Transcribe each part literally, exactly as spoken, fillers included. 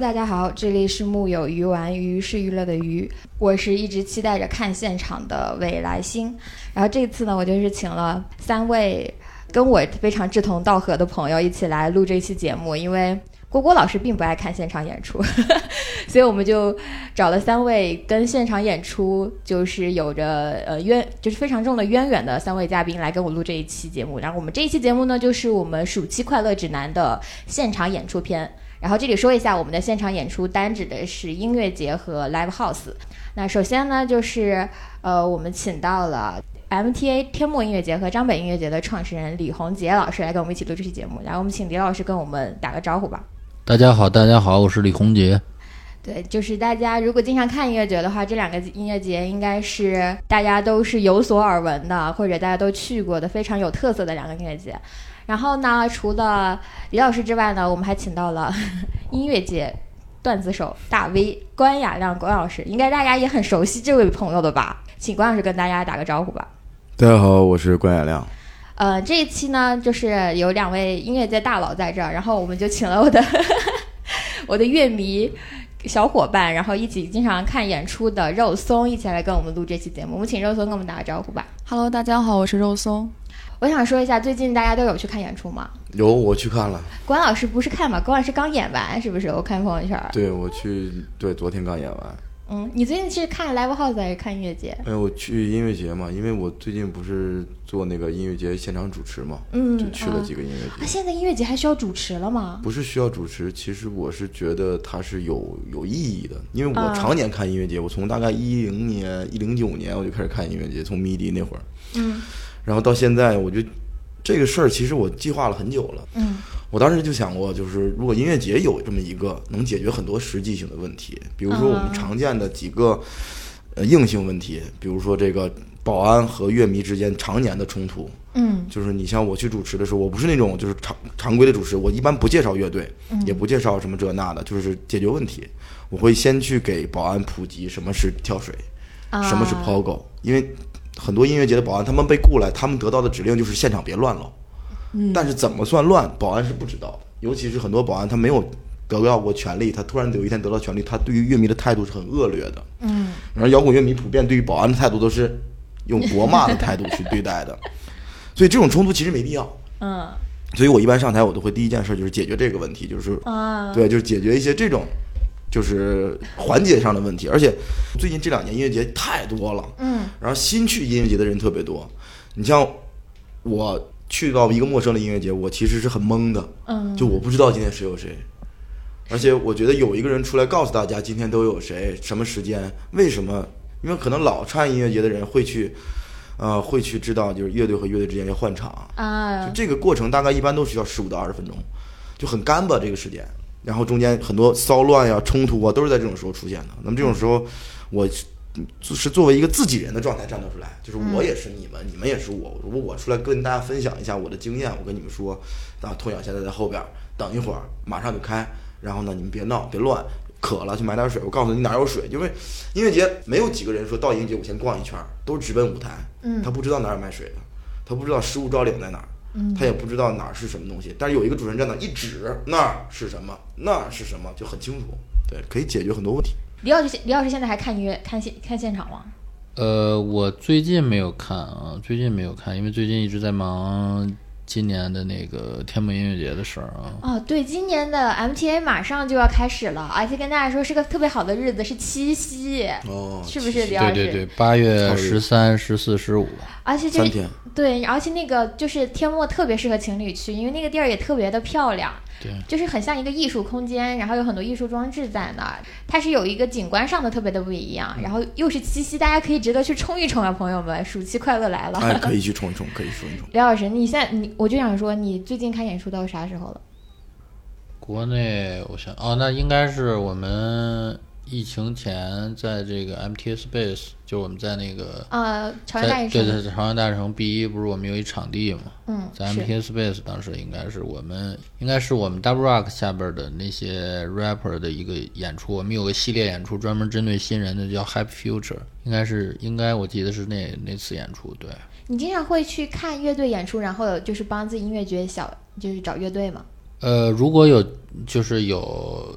大家好，这里是木有鱼丸，鱼是娱乐的鱼，我是一直期待着看现场的未来星。然后这次呢，我就是请了三位跟我非常志同道合的朋友一起来录这期节目，因为郭郭老师并不爱看现场演出所以我们就找了三位跟现场演出就是有着呃渊就是非常重的渊源的三位嘉宾来跟我录这一期节目。然后我们这一期节目呢，就是我们暑期快乐指南的现场演出篇。然后这里说一下，我们的现场演出单指的是音乐节和 live house。那首先呢，就是呃我们请到了 M T A 天幕音乐节和张北音乐节的创始人李洪杰老师来跟我们一起录这期节目。然后我们请李老师跟我们打个招呼吧。 大家好，大家好，我是李洪杰。 对，就是大家如果经常看音乐节的话，这两个音乐节应该是大家都是有所耳闻的，或者大家都去过的非常有特色的两个音乐节。然后呢，除了李老师之外呢，我们还请到了音乐界段子手大 V 关雅亮关老师，应该大家也很熟悉这位朋友的吧？请关老师跟大家打个招呼吧。 大家好，我是关雅亮。 呃，这一期呢，就是有两位音乐界大佬在这儿，然后我们就请了我的我的乐迷小伙伴，然后一起经常看演出的肉松一起来跟我们录这期节目。我们请肉松跟我们打个招呼吧。 Hello， 大家好，我是肉松。 我想说一下，最近大家都有去看演出吗？ 有，我去看了。 关老师不是看嘛？关老师刚演完，是不是？我看朋友圈。 对，我去，对，昨天刚演完。 嗯，你最近是看 live house 还是看音乐节？ 哎，我去音乐节嘛，因为我最近不是做那个音乐节现场主持嘛， 嗯， 就去了几个音乐节。 啊，现在音乐节还需要主持了吗？ 不是需要主持，其实我是觉得它是有有意义的，因为我常年看音乐节，嗯、我从大概一零年、一零九年我就开始看音乐节，从迷笛那会儿， 嗯， 然后到现在，我就这个事儿其实我计划了很久了， 嗯。 我当时就想过，就是如果音乐节有这么一个能解决很多实际性的问题，比如说我们常见的几个呃硬性问题，比如说这个保安和乐迷之间常年的冲突， 嗯， 就是你像我去主持的时候，我不是那种就是常常规的主持，我一般不介绍乐队， 嗯、 也不介绍什么这那的，就是解决问题，我会先去给保安普及什么是跳水， 啊、 什么是抛狗，因为很多音乐节的保安他们被雇来，他们得到的指令就是现场别乱了。 嗯、 但是怎么算乱，保安是不知道的。尤其是很多保安，他没有得到过权利，他突然有一天得到权利，他对于乐迷的态度是很恶劣的。 嗯， 然后摇滚乐迷普遍对于保安的态度都是用国骂的态度去对待的，所以这种冲突其实没必要。 嗯， 所以我一般上台，我都会第一件事就是解决这个问题，就是啊， 对，就是解决一些这种就是环节上的问题。而且最近这两年音乐节太多了， 嗯， 然后新去音乐节的人特别多。你像我去到一个陌生的音乐节，我其实是很懵的， 嗯， 就我不知道今天谁有谁，而且我觉得有一个人出来告诉大家今天都有谁，什么时间，为什么？因为可能老看音乐节的人会去，呃，会去知道就是乐队和乐队之间要换场啊， 就这个过程大概一般都需要十五到二十分钟，就很干巴这个时间，然后中间很多骚乱呀、冲突啊，都是在这种时候出现的。那么这种时候，我是作为一个自己人的状态站得出来，就是我也是你们，嗯、你们也是我。如果我出来跟大家分享一下我的经验，我跟你们说，啊，痛痒现在在后边，等一会儿马上就开，然后呢，你们别闹，别乱，渴了去买点水。我告诉你哪有水，因为音乐节没有几个人说到音乐节我先逛一圈，都是直奔舞台。 嗯， 他不知道哪儿有卖水的，他不知道失物招领在哪儿， 嗯， 他也不知道哪儿是什么东西。但是有一个主持人在那一指，那儿是什么，那儿是什么，就很清楚。对，可以解决很多问题。 李老师，李老师现在还看音乐、看现看现场吗？ 呃，我最近没有看啊，最近没有看，因为最近一直在忙今年的那个天幕音乐节的事儿啊。 哦，对，今年的 M T A 马上就要开始了，而且跟大家说是个特别好的日子，是七夕， 哦， 是不是李老师？ 对对对，八月十三、十四、十五， 而且就三天。 对，而且那个就是天幕特别适合情侣去，因为那个地儿也特别的漂亮。 对， 就是很像一个艺术空间，然后有很多艺术装置在那儿，它是有一个景观上的特别的不一样，然后又是七夕，大家可以值得去冲一冲啊，朋友们，暑期快乐来了！ 哎，可以去冲一冲，可以冲一冲。 刘老师，你现在你我就想说，你最近看演出到啥时候了？ 国内我想哦，那应该是我们疫情前在这个 M T A Space， 就我们在那个呃朝阳大悦城， 对对，朝阳大悦城 B 一，不是我们有一场地嘛？ 嗯， 在 M T A Space 当时应该是我们应该是我们 Double Rock 下边的那些 rapper 的一个演出，我们有个系列演出专门针对新人的，叫 Happy Future， 应该是应该我记得是那那次演出。对， 你经常会去看乐队演出，然后就是帮自己音乐节小就是找乐队吗？ 呃，如果有就是有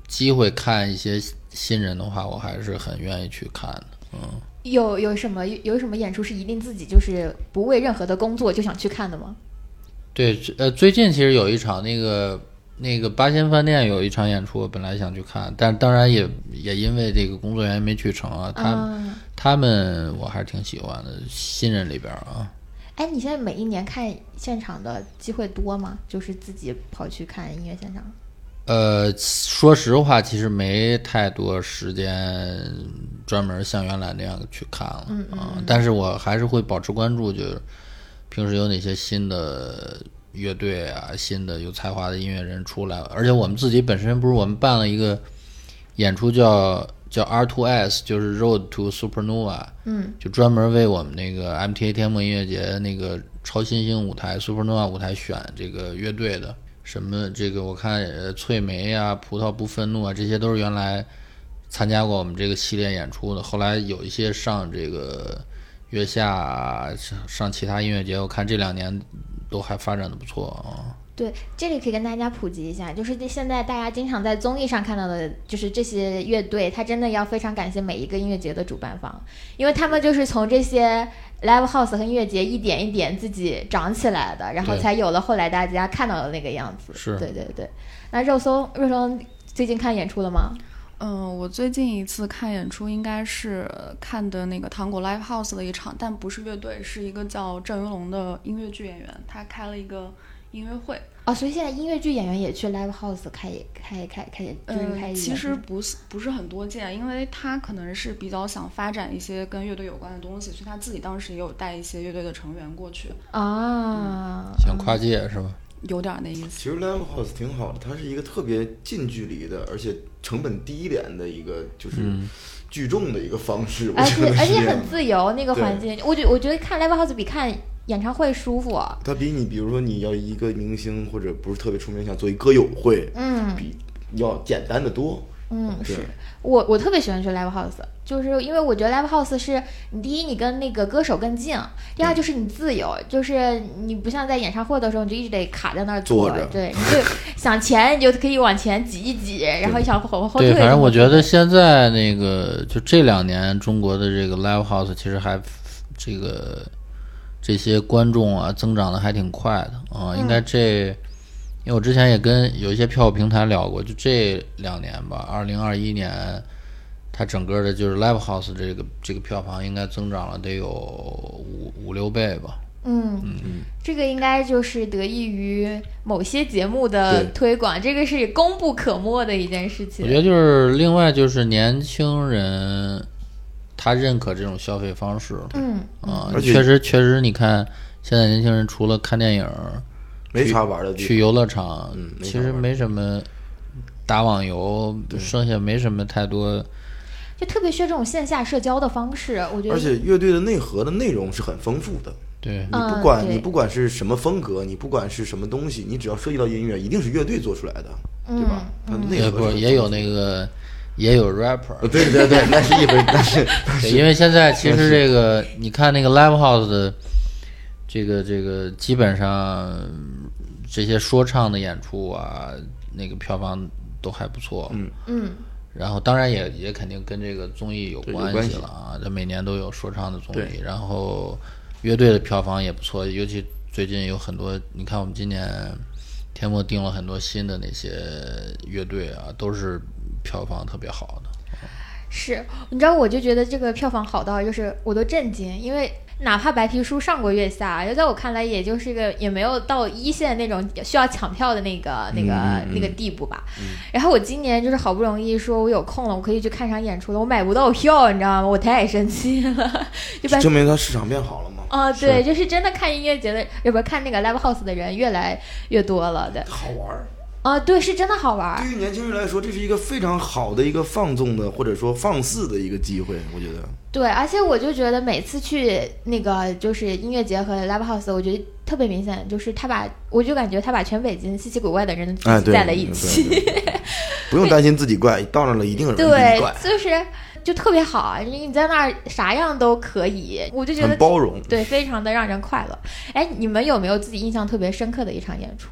机会看一些新人的话，我还是很愿意去看的。嗯， 有有什么有什么演出是一定自己就是不为任何的工作就想去看的吗？ 对，呃，最近其实有一场那个那个八仙饭店有一场演出，我本来想去看，但当然也也因为这个工作原因没去成啊。他、嗯、他们我还是挺喜欢的，新人里边啊。 哎，你现在每一年看现场的机会多吗？就是自己跑去看音乐现场？ 呃，说实话，其实没太多时间专门像原来那样去看了。 嗯嗯、 呃。但是我还是会保持关注，就是平时有哪些新的乐队啊，新的有才华的音乐人出来。而且我们自己本身不是我们办了一个演出叫叫 R two S， 就是 Road to Supernova， 嗯， 就专门为我们那个 M T A 天幕音乐节那个超新星舞台 Supernova 舞台选这个乐队的。什么这个我看呃翠梅啊、葡萄不愤怒啊，这些都是原来参加过我们这个系列演出的。后来有一些上这个月下啊，上其他音乐节，我看这两年都还发展的不错啊。 对，这里可以跟大家普及一下，就是现在大家经常在综艺上看到的，就是这些乐队，他真的要非常感谢每一个音乐节的主办方，因为他们就是从这些 live house 和音乐节一点一点自己长起来的，然后才有了后来大家看到的那个样子。 是， 对对对。那肉松，肉松最近看演出了吗？ 嗯，我最近一次看演出应该是看的那个糖果 live house 的一场，但不是乐队，是一个叫郑云龙的音乐剧演员，他开了一个音乐会。 哦，所以现在音乐剧演员也去 live house 开开开开就是开、 呃、其实不是不是很多见，因为他可能是比较想发展一些跟乐队有关的东西，所以他自己当时也有带一些乐队的成员过去啊、 嗯，想跨界是吧？ 有点那意思。 其实 live house 挺好的，它是一个特别近距离的，而且成本低廉的一个就是聚众的一个方式。 而且而且很自由那个环境，我觉我觉得看 live house 比看演唱会舒服。它比你比如说你要一个明星或者不是特别出名想做一歌友会， 嗯， 比要简单的多。 嗯，是我我特别喜欢去 live house， 就是因为我觉得 live house 是你第一你跟那个歌手更近，第二就是你自由，就是你不像在演唱会的时候你就一直得卡在那儿坐着，对，你就想前你就可以往前挤一挤，然后想往后退。 对，反正我觉得现在那个就这两年中国的这个 live house 其实还这个这些观众啊增长的还挺快的啊、嗯，应该这。因为我之前也跟有一些票务平台聊过，就这两年吧，二零二一年，它整个的就是 live house 这个这个票房应该增长了得有五五六倍吧。 嗯嗯，这个应该就是得益于某些节目的推广，这个是功不可没的一件事情。 我觉得就是另外就是年轻人他认可这种消费方式， 嗯啊，确实确实，你看现在年轻人除了看电影。 没啥玩的地方， 去游乐场、 嗯、 其实没什么，打网游，剩下没什么太多。 就特别缺这种线下社交的方式，我觉得。 而且乐队的内核的内容是很丰富的。 对， 你不管、 嗯、 你不管是什么风格，你不管是什么东西，你只要涉及到音乐，一定是乐队做出来的， 嗯、 对吧？它的内核也有那个。也有 rapper， 对对对，那是一回，那是对，因为现在其实这个你看那个 live house 的这个这个基本上这些说唱的演出啊，那个票房都还不错， 嗯嗯， 然后当然也也肯定跟这个综艺有关系了啊，这每年都有说唱的综艺，然后乐队的票房也不错，尤其最近有很多，你看我们今年天幕定了很多新的那些乐队啊，都是。票房特别好的， 是，你知道，我就觉得这个票房好到就是我都震惊，因为哪怕白皮书上过月下，就在我看来，也就是个也没有到一线那种需要抢票的那个那个、 嗯、 那个地步吧、 嗯。 然后我今年就是好不容易说我有空了，我可以去看场演出了，我买不到票，你知道吗？我太生气了，就证明它市场变好了吗？ 哦，对，就是真的看音乐节的，要不看那个 live house 的人越来越多了的， 好玩。 啊，对，是真的好玩。 对于年轻人来说，这是一个非常好的一个放纵的，或者说放肆的一个机会，我觉得。 对，而且我就觉得每次去那个就是音乐节和 live house， 我觉得特别明显，就是他把，我就感觉他把全北京稀奇古怪的人聚集在了一起， 哎、对对对不用担心自己怪，到那了一定有人对，就是就特别好，你在那儿啥样都可以，我就觉得很包容， 对，非常的让人快乐。哎，你们有没有自己印象特别深刻的一场演出？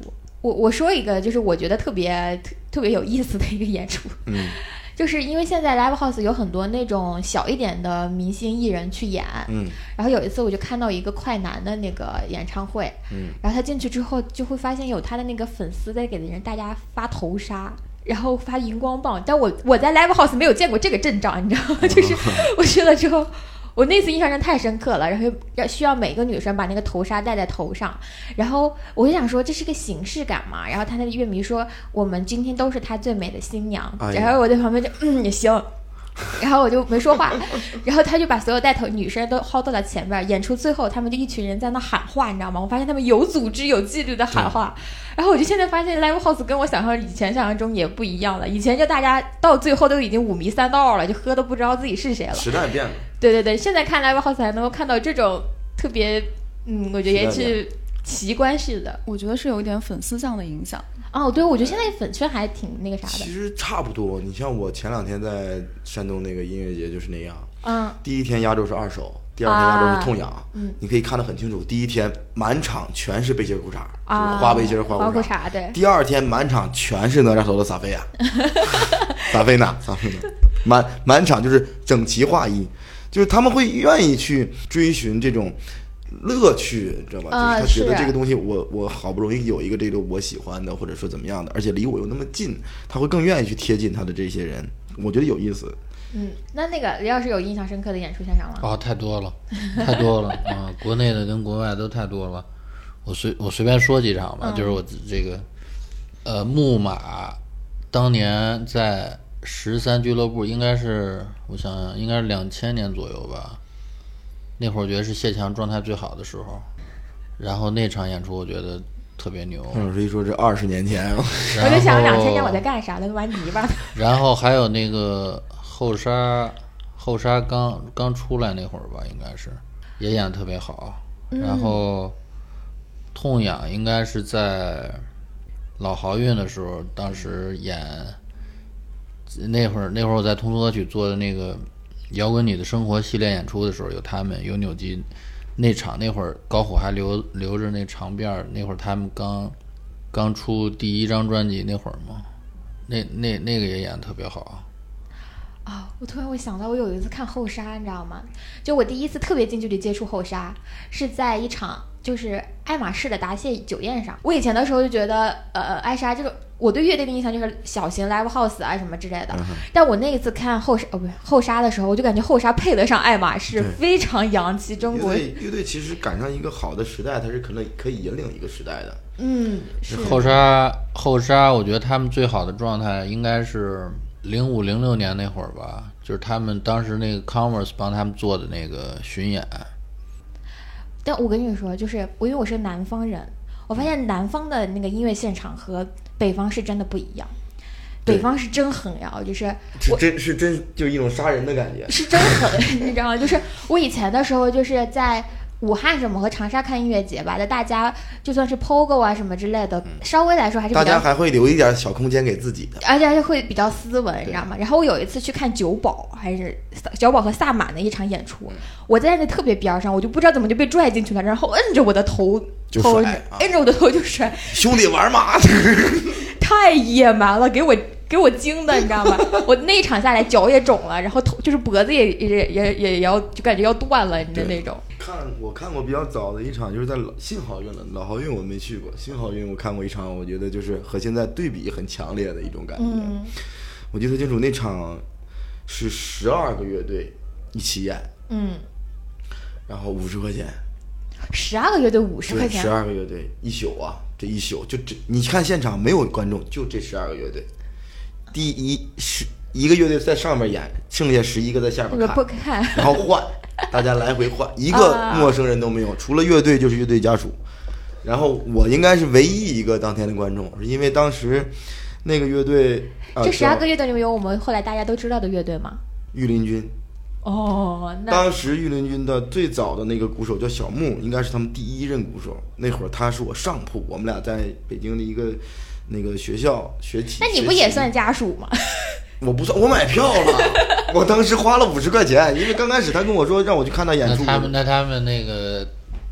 我我说一个，就是我觉得特别特别有意思的一个演出， 嗯， 就是因为现在 Live House 有很多那种小一点的明星艺人去演， 嗯， 然后有一次我就看到一个快男的那个演唱会， 嗯， 然后他进去之后就会发现有他的那个粉丝在给人大家发头纱。然后发荧光棒，但我我在 Live House 没有见过这个阵仗，你知道吗？就是我去了之后，我那次印象真太深刻了。然后要需要每个女生把那个头纱戴在头上，然后我就想说这是个形式感嘛。然后他那个乐迷说我们今天都是他最美的新娘， 哎、 然后我在旁边就嗯也行。然后我就没说话，然后他就把所有带头女生都薅到了前面。演出最后，他们就一群人在那喊话，你知道吗？我发现他们有组织、有纪律的喊话。然后我就现在发现 Live House 跟我想象以前想象中也不一样了。以前就大家到最后都已经五迷三道了，就喝都不知道自己是谁了。 时代变了。 对对对，现在看 Live House 还能够看到这种特别，嗯，我觉得也是奇观式的。 我觉得是有一点粉丝向的影响。 哦，对，我觉得现在粉圈还挺那个啥的。 其实差不多，你像我前两天在山东那个音乐节就是那样。 嗯。 第一天压轴是二手，第二天压轴是痛痒。 啊、嗯。 你可以看得很清楚，第一天满场全是背心裤衩， 啊， 就是花背心花裤衩。对。 第二天满场全是哪吒头的撒菲亚，撒菲娜，撒菲娜，满满场就是整齐划一，就是他们会愿意去追寻这种。乐趣，知道吧？ 啊、 就是他觉得这个东西我，我我好不容易有一个这个我喜欢的，或者说怎么样的，而且离我又那么近，他会更愿意去贴近他的这些人，我觉得有意思。 嗯，那那个李老师有印象深刻的演出现场吗？ 哦，太多了，太多了啊！国内的跟国外都太多了。我随我随便说几场吧，嗯、就是我这个呃木马，当年在十三俱乐部，应该是我想想，应该是两千年左右吧。那会儿我觉得是谢强状态最好的时候，然后那场演出我觉得特别牛。 嗯，所以说这二十年前， 我就想两千年我在干啥呢？玩泥巴。 然后还有那个后沙，后沙刚刚出来那会儿吧，应该是也演得特别好。 嗯、 然后痛痒应该是在老豪运的时候，当时演那会儿那会儿我在通俗歌曲做的那个。摇滚你的生活系列演出的时候，有他们，有扭机，那场那会儿高虎还留留着那长辫儿，那会儿他们刚刚出第一张专辑那会儿嘛，那那那个也演得特别好。 啊、哦，我突然会想到，我有一次看后沙，你知道吗？就我第一次特别近距离接触后沙，是在一场就是爱马仕的答谢酒宴上。我以前的时候就觉得，呃，艾莎这个。我对乐队的印象就是小型 live house 啊什么之类的，嗯、但我那一次看后沙哦不后沙的时候，我就感觉后沙配得上爱马仕，非常洋气。中国乐队乐队其实赶上一个好的时代，它是可能可以引领一个时代的。 嗯，是后沙后沙，我觉得他们最好的状态应该是零五零六年那会儿吧，就是他们当时那个 Converse 帮他们做的那个巡演。 但我跟你说，就是我因为我是南方人，我发现南方的那个音乐现场和北方是真的不一样，北方是真狠呀，就是是真是真就是一种杀人的感觉， 是真狠，你知道吗？就是我以前的时候，就是在武汉什么和长沙看音乐节吧，那大家就算是 Pogo 啊什么之类的，嗯、稍微来说还是比较大家还会留一点小空间给自己的， 而且还会比较斯文，你知道吗？然后我有一次去看九宝，还是九宝和萨满的一场演出，嗯、我在那特别边上，我就不知道怎么就被拽进去了，然后摁着我的头。 就甩、 啊，摁着我的头就甩， 兄弟玩嘛， 太野蛮了，给我给我惊的，你知道吗？我那一场下来脚也肿了，然后头就是脖子也也也也要就感觉要断了，你的那种。 看我看过比较早的一场，就是在新豪运了，老豪运我没去过，新豪运我看过一场，我觉得就是和现在对比很强烈的一种感觉。 嗯、 我记得清楚，那场是十二个乐队一起演， 嗯， 然后五十块钱。 十二个乐队五十块钱， 十二个乐队一宿啊，这一宿就这，你看现场没有观众，就这十二个乐队，第一十一个乐队在上面演，剩下十一个在下面看， 不看， 然后换，大家来回换，一个陌生人都没有，啊、除了乐队就是乐队家属。然后我应该是唯一一个当天的观众，因为当时那个乐队， 呃、这十二个乐队里面有我们后来大家都知道的乐队吗？ 御林军。 哦，那当时御林军的最早的那个鼓手叫小木，应该是他们第一任鼓手。那会儿他是我上铺，我们俩在北京的一个那个学校学习。 那你不也算家属吗？ 我不算，我买票了。我当时花了五十块钱，因为刚开始他跟我说让我去看他演出。 那他们那他们那个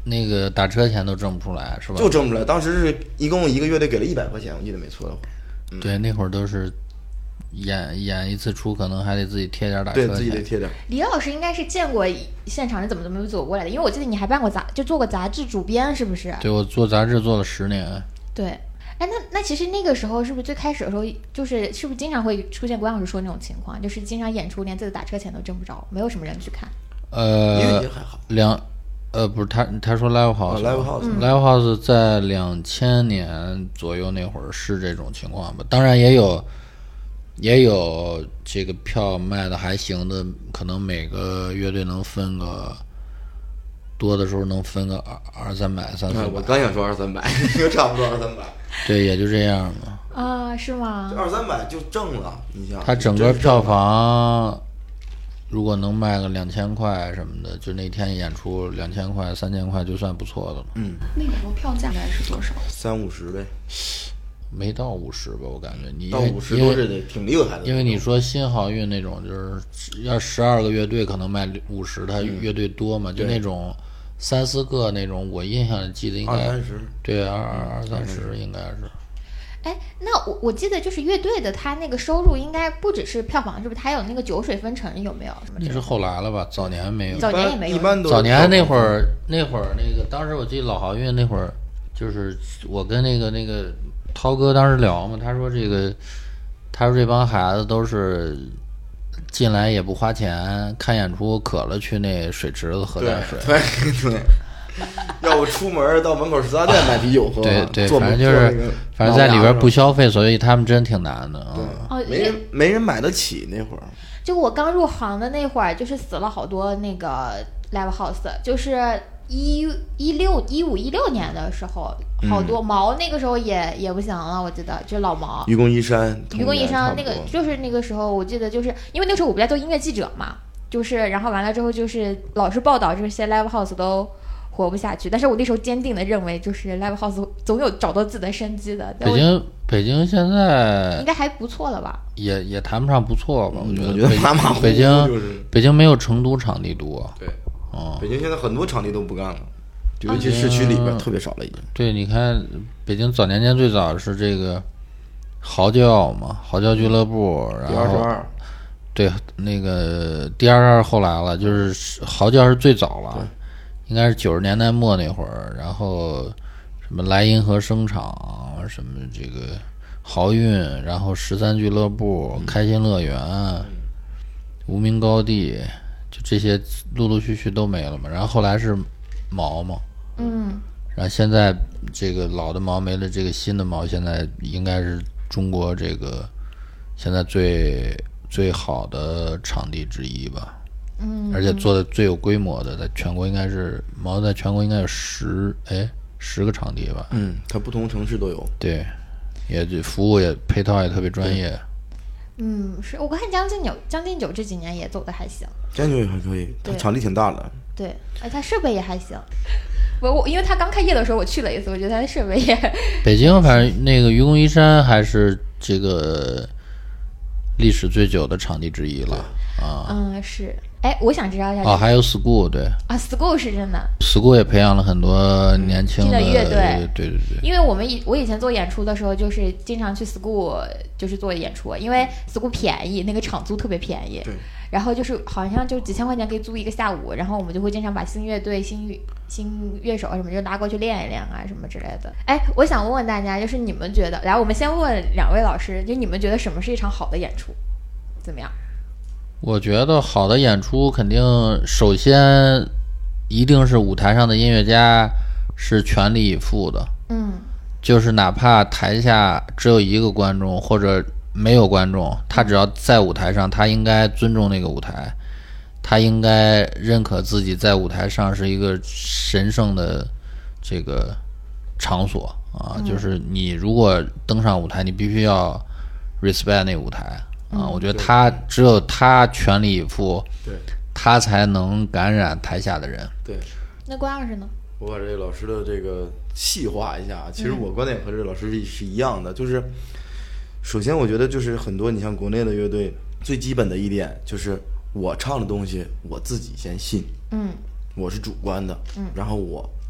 那个打车钱都挣不出来，是吧？ 就挣不出来。当时是一共一个乐队给了一百块钱，我记得没错的话。 嗯、对，那会儿都是演演一次出，可能还得自己贴点打车钱。 对，自己得贴点。 李老师应该是见过现场是怎么怎么走过来的，因为我记得你还办过杂，就做过杂志主编，是不是？ 对，我做杂志做了十年。 对，哎，那那其实那个时候是不是最开始的时候，就是是不是经常会出现郭老师说那种情况，就是经常演出连自己的打车钱都挣不着，没有什么人去看。 呃， 音乐节还好。 两，呃，不是他他说 live house，live、 哦、house，live、 嗯、 house 在两千年左右那会儿是这种情况吧，当然也有。也有这个票卖的还行的，可能每个乐队能分个多的时候能分个二二三百三四百。 我刚想说二三百，就差不多二三百。 对，也就这样嘛。 啊，是吗？ 二三百就挣了，你想。 他整个票房如果能卖个两千块什么的，就那天演出两千块、三千块就算不错的了。 嗯， 那个时候票价大概是多少？ 三五十呗。 没到五十吧，我感觉你到五十都是得挺厉害的。 因为你说新好运那种，就是要十二个乐队可能卖五十，他乐队多嘛， 嗯、 就那种三四个那种，我印象记得应该二三十， 对，二二二三十应该是。 哎，那我我记得就是乐队的，他那个收入应该不只是票房，是不是？还有那个酒水分成，有没有什么？ 那是后来了吧？早年没有， 早年也没有。 一般都早年那会儿，那会儿那个当时我记得老好运那会儿，就是我跟那个那个。涛哥当时聊嘛，他说这个，他说这帮孩子都是进来也不花钱，看演出渴了去那水池子喝淡水。 对对对，要不出门到门口十大店买啤酒喝。 对对， 反正就是，反正在里边不消费，所以他们真挺难的啊。 哦， 没人没人买得起那会儿。 就我刚入行的那会儿，就是死了好多那个 live house，就是一一六一五一六年的时候。好多毛那个时候也也不行了，我记得就是老毛愚公移山， 愚公移山那个就是那个时候，我记得就是因为那时候我不在做音乐记者嘛，就是然后完了之后就是老是报道这些 live house 都活不下去，但是我那时候坚定的认为就是 live house 总有找到自己的生机的。 北京北京现在应该还不错了吧？ 也也谈不上不错吧，我觉得。 我觉得马马虎虎北京、 就是、 北京没有成都场地多。 对， 哦， 北京现在很多场地都不干了。尤其市区里边特别少了，已经。 对，你看北京早年间最早是这个嚎叫嘛，嚎叫俱乐部，然后第二十二， 对，那个第二十二后来了，就是嚎叫是最早了，应该是九十年代末那会儿，然后什么莱茵河声场，什么这个豪运，然后十三俱乐部、嗯、开心乐园、嗯、无名高地，就这些陆陆续续都没了嘛，然后后来是毛嘛。 嗯， 然后现在这个老的毛没了，这个新的毛现在应该是中国这个现在最最好的场地之一吧。 嗯， 而且做的最有规模的，在全国应该是毛在全国应该有十哎十个场地吧。 嗯，它不同城市都有。 对，也这服务也配套也特别专业。 嗯，是我看将进酒将进酒这几年也走的还行。 将进酒也还可以，它场地挺大的。 对，哎，它设备也还行。我我因为他刚开业的时候我去了一次，我觉得他的设备也。 北京反正那个愚公移山还是这个历史最久的场地之一了啊。 嗯，是。哎，我想知道一下。 哦，还有 school 对。 啊 ，school 是真的。 school 也培养了很多年轻的乐队， 对对对。 因为我们以我以前做演出的时候，就是经常去 school， 就是做演出，因为 school 便宜，那个场租特别便宜。 对。 然后就是好像就几千块钱可以租一个下午，然后我们就会经常把新乐队、新乐新乐手什么就拉过去练一练啊什么之类的。哎，我想问问大家，就是你们觉得，来，我们先问两位老师，就你们觉得什么是一场好的演出？怎么样？ 我觉得好的演出肯定首先一定是舞台上的音乐家是全力以赴的， 嗯， 就是哪怕台下只有一个观众或者没有观众，他只要在舞台上，他应该尊重那个舞台，他应该认可自己在舞台上是一个神圣的这个场所啊， 嗯、 就是你如果登上舞台，你必须要 respect 那舞台。啊，我觉得他只有他全力以赴， 对， 他才能感染台下的人。 对， 那关老师呢？ 我把这个老师的这个细化一下，其实我观点和这个老师是是一样的，嗯、就是首先我觉得就是很多你像国内的乐队最基本的一点就是我唱的东西我自己先信， 嗯， 我是主观的， 嗯， 然后我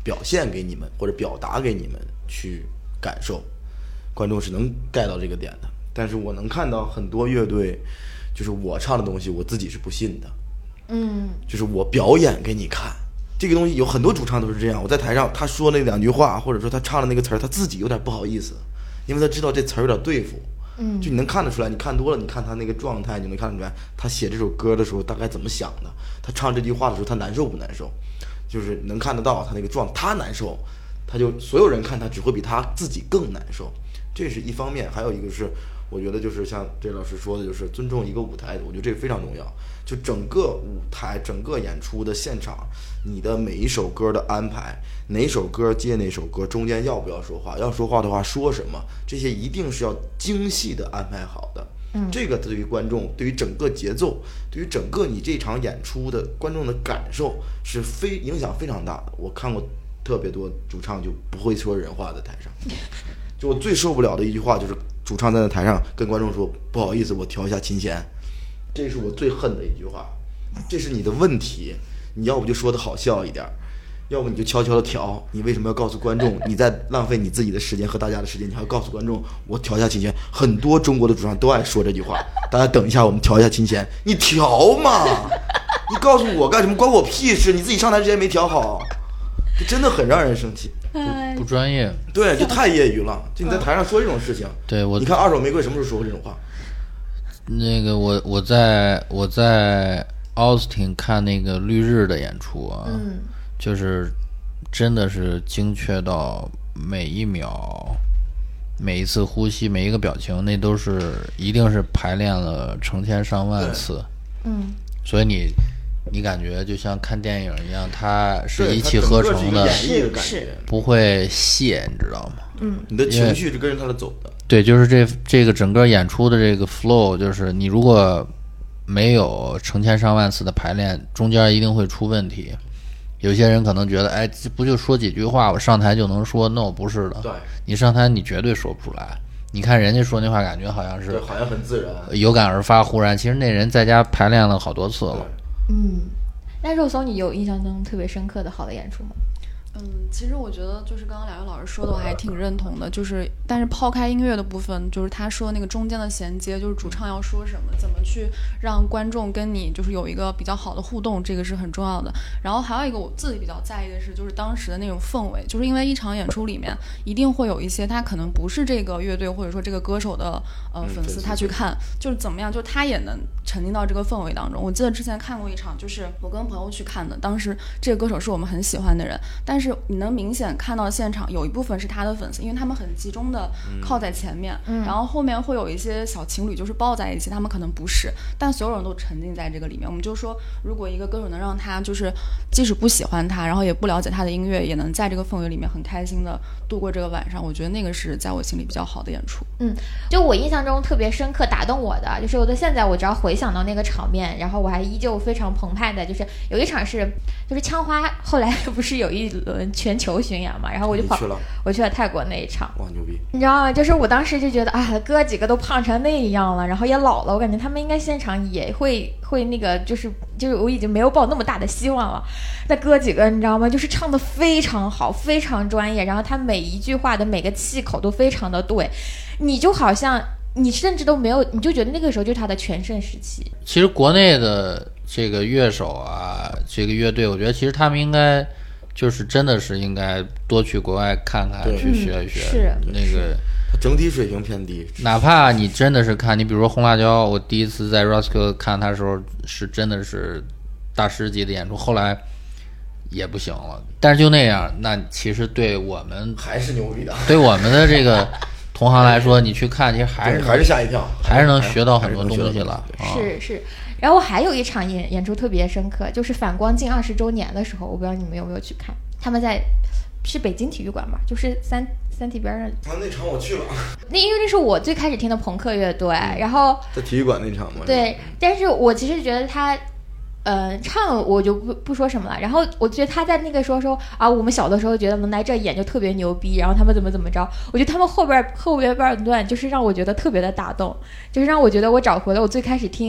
表现给你们或者表达给你们去感受，观众是能 get 到这个点的。但是我能看到很多乐队，就是我唱的东西我自己是不信的， 嗯， 就是我表演给你看。这个东西有很多主唱都是这样，我在台上他说那两句话，或者说他唱的那个词儿，他自己有点不好意思，因为他知道这词儿有点对付。 嗯， 就你能看得出来，你看多了，你看他那个状态，你能看得出来，他写这首歌的时候大概怎么想的，他唱这句话的时候他难受不难受，就是能看得到他那个状，他难受，他就所有人看他只会比他自己更难受，这是一方面。还有一个是，我觉得就是像这老师说的，就是尊重一个舞台，我觉得这个非常重要。就整个舞台、整个演出的现场，你的每一首歌的安排，哪首歌接哪首歌，中间要不要说话，要说话的话说什么，这些一定是要精细的安排好的。 嗯， 这个对于观众，对于整个节奏，对于整个你这场演出的观众的感受是非影响非常大的。我看过特别多主唱就不会说人话在台上，就我最受不了的一句话就是主唱在那台上跟观众说不好意思，我调一下琴弦，这是我最恨的一句话。这是你的问题，你要不就说的好笑一点，要不你就悄悄的调。你为什么要告诉观众你在浪费你自己的时间和大家的时间？你还要告诉观众我调一下琴弦。很多中国的主唱都爱说这句话，大家等一下我们调一下琴弦。你调嘛，你告诉我干什么？关我屁事！你自己上台之前没调好，这真的很让人生气， 不专业。 对，就太业余了。就你在台上说这种事情， 对我， 你看二手玫瑰什么时候说过这种话？ 那个我我在我在奥斯汀看那个绿日的演出啊， 嗯， 就是真的是精确到每一秒、每一次呼吸、每一个表情，那都是一定是排练了成千上万次。 嗯， 所以你你感觉就像看电影一样，它是对一气呵成的， 它整个是一个演绎的感是觉， 不会泄，你知道吗？ 嗯， 你的情绪是跟着它的走的。 对，就是这这个整个演出的这个 flow， 就是你如果没有成千上万次的排练，中间一定会出问题。有些人可能觉得，哎，这不就说几句话，我上台就能说 ？No， 不是的。 对， 你上台你绝对说不出来。你看人家说那话，感觉好像是对，好像很自然， 有感而发，忽然，其实那人在家排练了好多次了。 嗯，那肉松，你有印象中特别深刻的好的演出吗？ 嗯，其实我觉得就是刚刚两位老师说的，我还挺认同的。就是但是抛开音乐的部分，就是他说那个中间的衔接，就是主唱要说什么，怎么去让观众跟你就是有一个比较好的互动，这个是很重要的。然后还有一个我自己比较在意的是，就是当时的那种氛围，就是因为一场演出里面一定会有一些他可能不是这个乐队或者说这个歌手的呃粉丝，他去看就是怎么样，就是他也能沉浸到这个氛围当中。我记得之前看过一场，就是我跟朋友去看的，当时这个歌手是我们很喜欢的人，但是你能明显看到现场有一部分是他的粉丝，因为他们很集中的靠在前面， 嗯、 然后后面会有一些小情侣就是抱在一起，他们可能不是，但所有人都沉浸在这个里面。我们就说，如果一个歌手能让他就是即使不喜欢他，然后也不了解他的音乐，也能在这个氛围里面很开心的度过这个晚上，我觉得那个是在我心里比较好的演出。 嗯，就我印象中特别深刻打动我的，就是我到现在我只要回想到那个场面，然后我还依旧非常澎湃的，就是有一场是就是枪花后来不是有一轮全球巡演嘛，然后我就跑去了， 我去了泰国那一场， 哇牛逼！ 你知道吗？就是我当时就觉得啊，哥几个都胖成那样了，然后也老了，我感觉他们应该现场也会会那个，就是就是我已经没有抱那么大的希望了。那哥几个你知道吗？就是唱得非常好，非常专业，然后他每一句话的每个气口都非常的对，你就好像你甚至都没有，你就觉得那个时候就是他的全盛时期。 其实国内的这个乐手啊，这个乐队，我觉得其实他们应该就是真的是应该多去国外看看，去学一学。 嗯、是那个整体水平偏低。 哪怕你真的是看，你比如说红辣椒，我第一次在 Roskilde 看他的时候是真的是大师级的演出，后来也不行了。但是就那样，那其实对我们还是牛逼的， 对我们的这个同行来说，你去看，其实还是还是吓一跳， 还是能学到很多东西了。 是是。然后还有一场演演出特别深刻，就是反光镜二十周年的时候，我不知道你们有没有去看，他们在是北京体育馆吧，就是三三体边上。 啊，那场我去了。 那因为那是我最开始听的朋克乐队，然后在体育馆那场嘛。 对，但是我其实觉得他。呃，唱我就不不说什么了。然后我觉得他在那个时候说啊，我们小的时候觉得能来这演就特别牛逼，然后他们怎么怎么着。我觉得他们后边后边半段就是让我觉得特别的打动，就是让我觉得我找回了我最开始听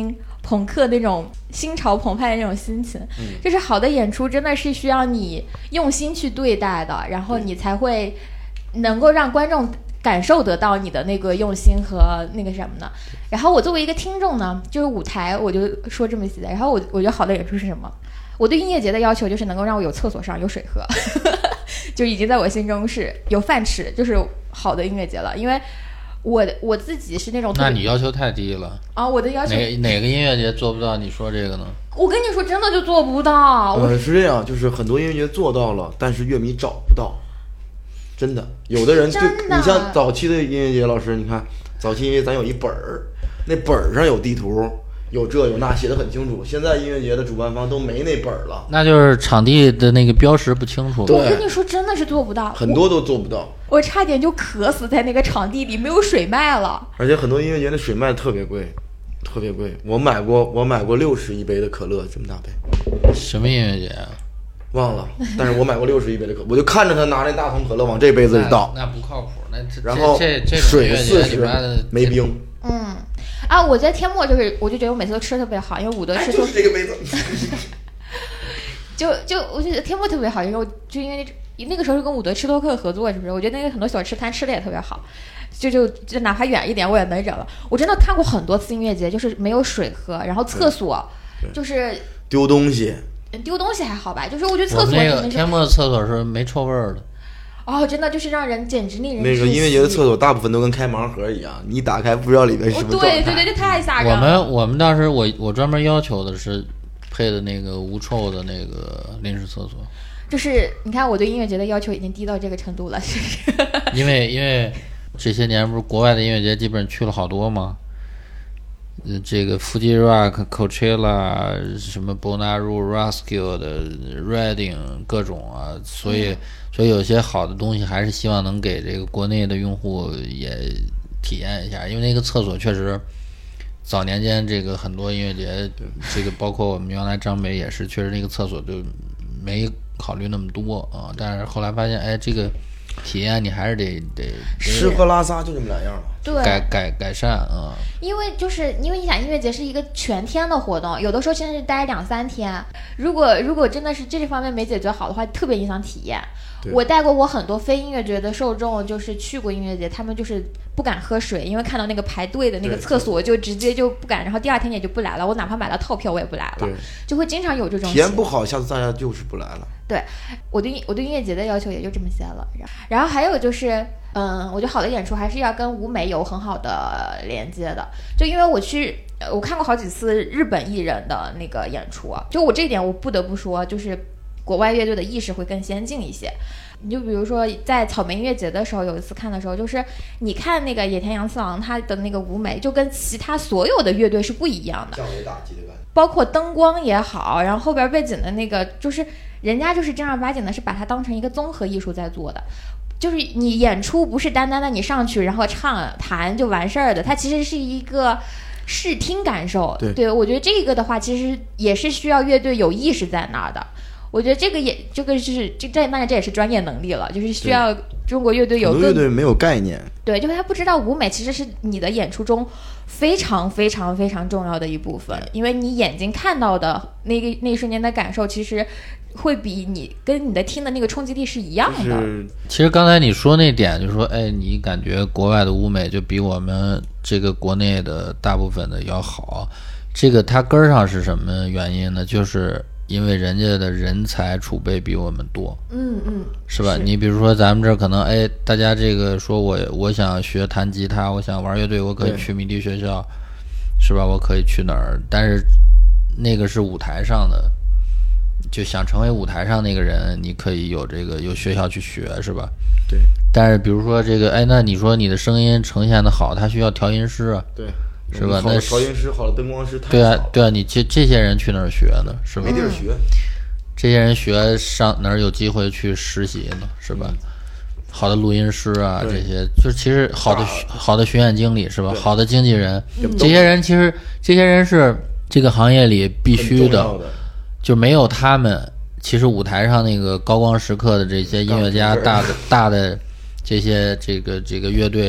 朋克那种心潮澎湃的那种心情。 嗯， 就是好的演出真的是需要你用心去对待的，然后你才会能够让观众感受得到你的那个用心和那个什么呢？然后我作为一个听众呢，就是舞台我就说这么细的。然后我我觉得好的演出是什么？我对音乐节的要求就是能够让我有厕所上有水喝，就已经在我心中是有饭吃，就是好的音乐节了。因为我我自己是那种特别， 那你要求太低了啊！我的要求哪哪个音乐节做不到？你说这个呢？ 我跟你说，真的就做不到。 呃，是这样，就是很多音乐节做到了，但是乐迷找不到。真的，有的人就你像早期的音乐节，老师，你看早期音乐咱有一本儿，那本儿上有地图，有这有那，写的很清楚。现在音乐节的主办方都没那本儿了， 那就是场地的那个标识不清楚。 我跟你说，真的是做不到， 很多都做不到。 我, 我差点就渴死在那个场地里，没有水卖了。 而且很多音乐节的水卖的特别贵，特别贵。我买过，我买过六十一杯的可乐，这么大杯。 什么音乐节啊？ 忘了，但是我买过六十一杯的可，我就看着他拿那大桶可乐往这杯子里倒， 那, 那不靠谱。那这然后这这水四十没冰。 嗯，啊，我在天幕就是，我就觉得我每次都吃的特别好，因为伍德吃脱、 哎、就是这个杯子。 就就我觉得天幕特别好，因为我就因为那个时候是跟伍德吃托克合作，是不是？我觉得那个很多小吃摊吃的也特别好，就就就哪怕远一点我也能忍了。我真的看过很多次音乐节，就是没有水喝，然后厕所就是丢东西。 丢东西还好吧，就是我觉得厕所那个天幕的厕所是没臭味儿的。 哦，真的就是让人简直令人那个音乐节的厕所大部分都跟开盲盒一样，你一打开不知道里面是什么状态。 对对对，这太吓人了。 我们我们当时我我专门要求的是配的那个无臭的那个临时厕所。 就是你看我对音乐节的要求已经低到这个程度了，是不是？ 因为因为这些年不是国外的音乐节基本去了好多吗？呃，这个 Fuji Rock、Coachella 什么 Bonnaroo、Roskilde 的 Reading 各种啊，所以、嗯、所以有些好的东西还是希望能给这个国内的用户也体验一下，因为那个厕所确实早年间这个很多音乐节，这个包括我们原来张北也是，确实那个厕所就没考虑那么多啊，但是后来发现，哎，这个体验你还是得得吃喝拉撒就这么两样嘛。 对， 改改改善啊、嗯！ 因为就是因为你想，音乐节是一个全天的活动，有的时候甚至是待两三天。如果如果真的是这方面没解决好的话，特别影响体验。我带过我很多非音乐节的受众，就是去过音乐节，他们就是不敢喝水，因为看到那个排队的那个厕所就直接就不敢，然后第二天也就不来了。我哪怕买了套票，我也不来了，就会经常有这种体验不好，下次大家就是不来了。 对，我对我对音乐节的要求也就这么些了。然后还有就是。嗯，我觉得好的演出还是要跟舞美有很好的连接的。就因为我去，我看过好几次日本艺人的那个演出啊，就我这一点我不得不说，就是国外乐队的意识会更先进一些。你就比如说在草莓音乐节的时候，有一次看的时候，就是你看那个野田洋次郎他的那个舞美，就跟其他所有的乐队是不一样的， 降维打击的感觉， 包括灯光也好，然后后边背景的那个，就是人家就是正儿八经的是把它当成一个综合艺术在做的。就是你演出不是单单的你上去然后唱弹就完事儿的，它其实是一个视听感受。 对， 对我觉得这个的话其实也是需要乐队有意识在那儿的。我觉得这个也这个就是这这当然这也是专业能力了，就是需要中国乐队有更很多乐队没有概念。 对，就是他不知道舞美其实是你的演出中非常非常非常重要的一部分，因为你眼睛看到的那个那一瞬间的感受，其实会比你跟你的听的那个冲击力是一样的。 就是、 其实刚才你说那点，就是说，哎，你感觉国外的舞美就比我们这个国内的大部分的要好，这个它根儿上是什么原因呢？就是因为人家的人才储备比我们多， 嗯嗯， 是吧？是你比如说咱们这儿可能，哎，大家这个说我我想学弹吉他，我想玩乐队，我可以去迷笛学校，是吧？我可以去哪儿？但是那个是舞台上的，就想成为舞台上那个人，你可以有这个有学校去学，是吧？ 对。 但是比如说这个，哎，那你说你的声音呈现的好，他需要调音师啊， 对。 是吧？那调音师好的灯光师太少了。 对啊，对啊，你这这些人去哪儿学呢？是吧？ 没地儿学。 这些人学上哪儿有机会去实习呢？是吧？嗯、好的录音师啊，这些就是其实好的好的巡演经理是吧？好的经纪人，嗯、这些人其实这些人是这个行业里必须的， 的就没有他们，其实舞台上那个高光时刻的这些音乐家，大的大的这些这个这个乐队。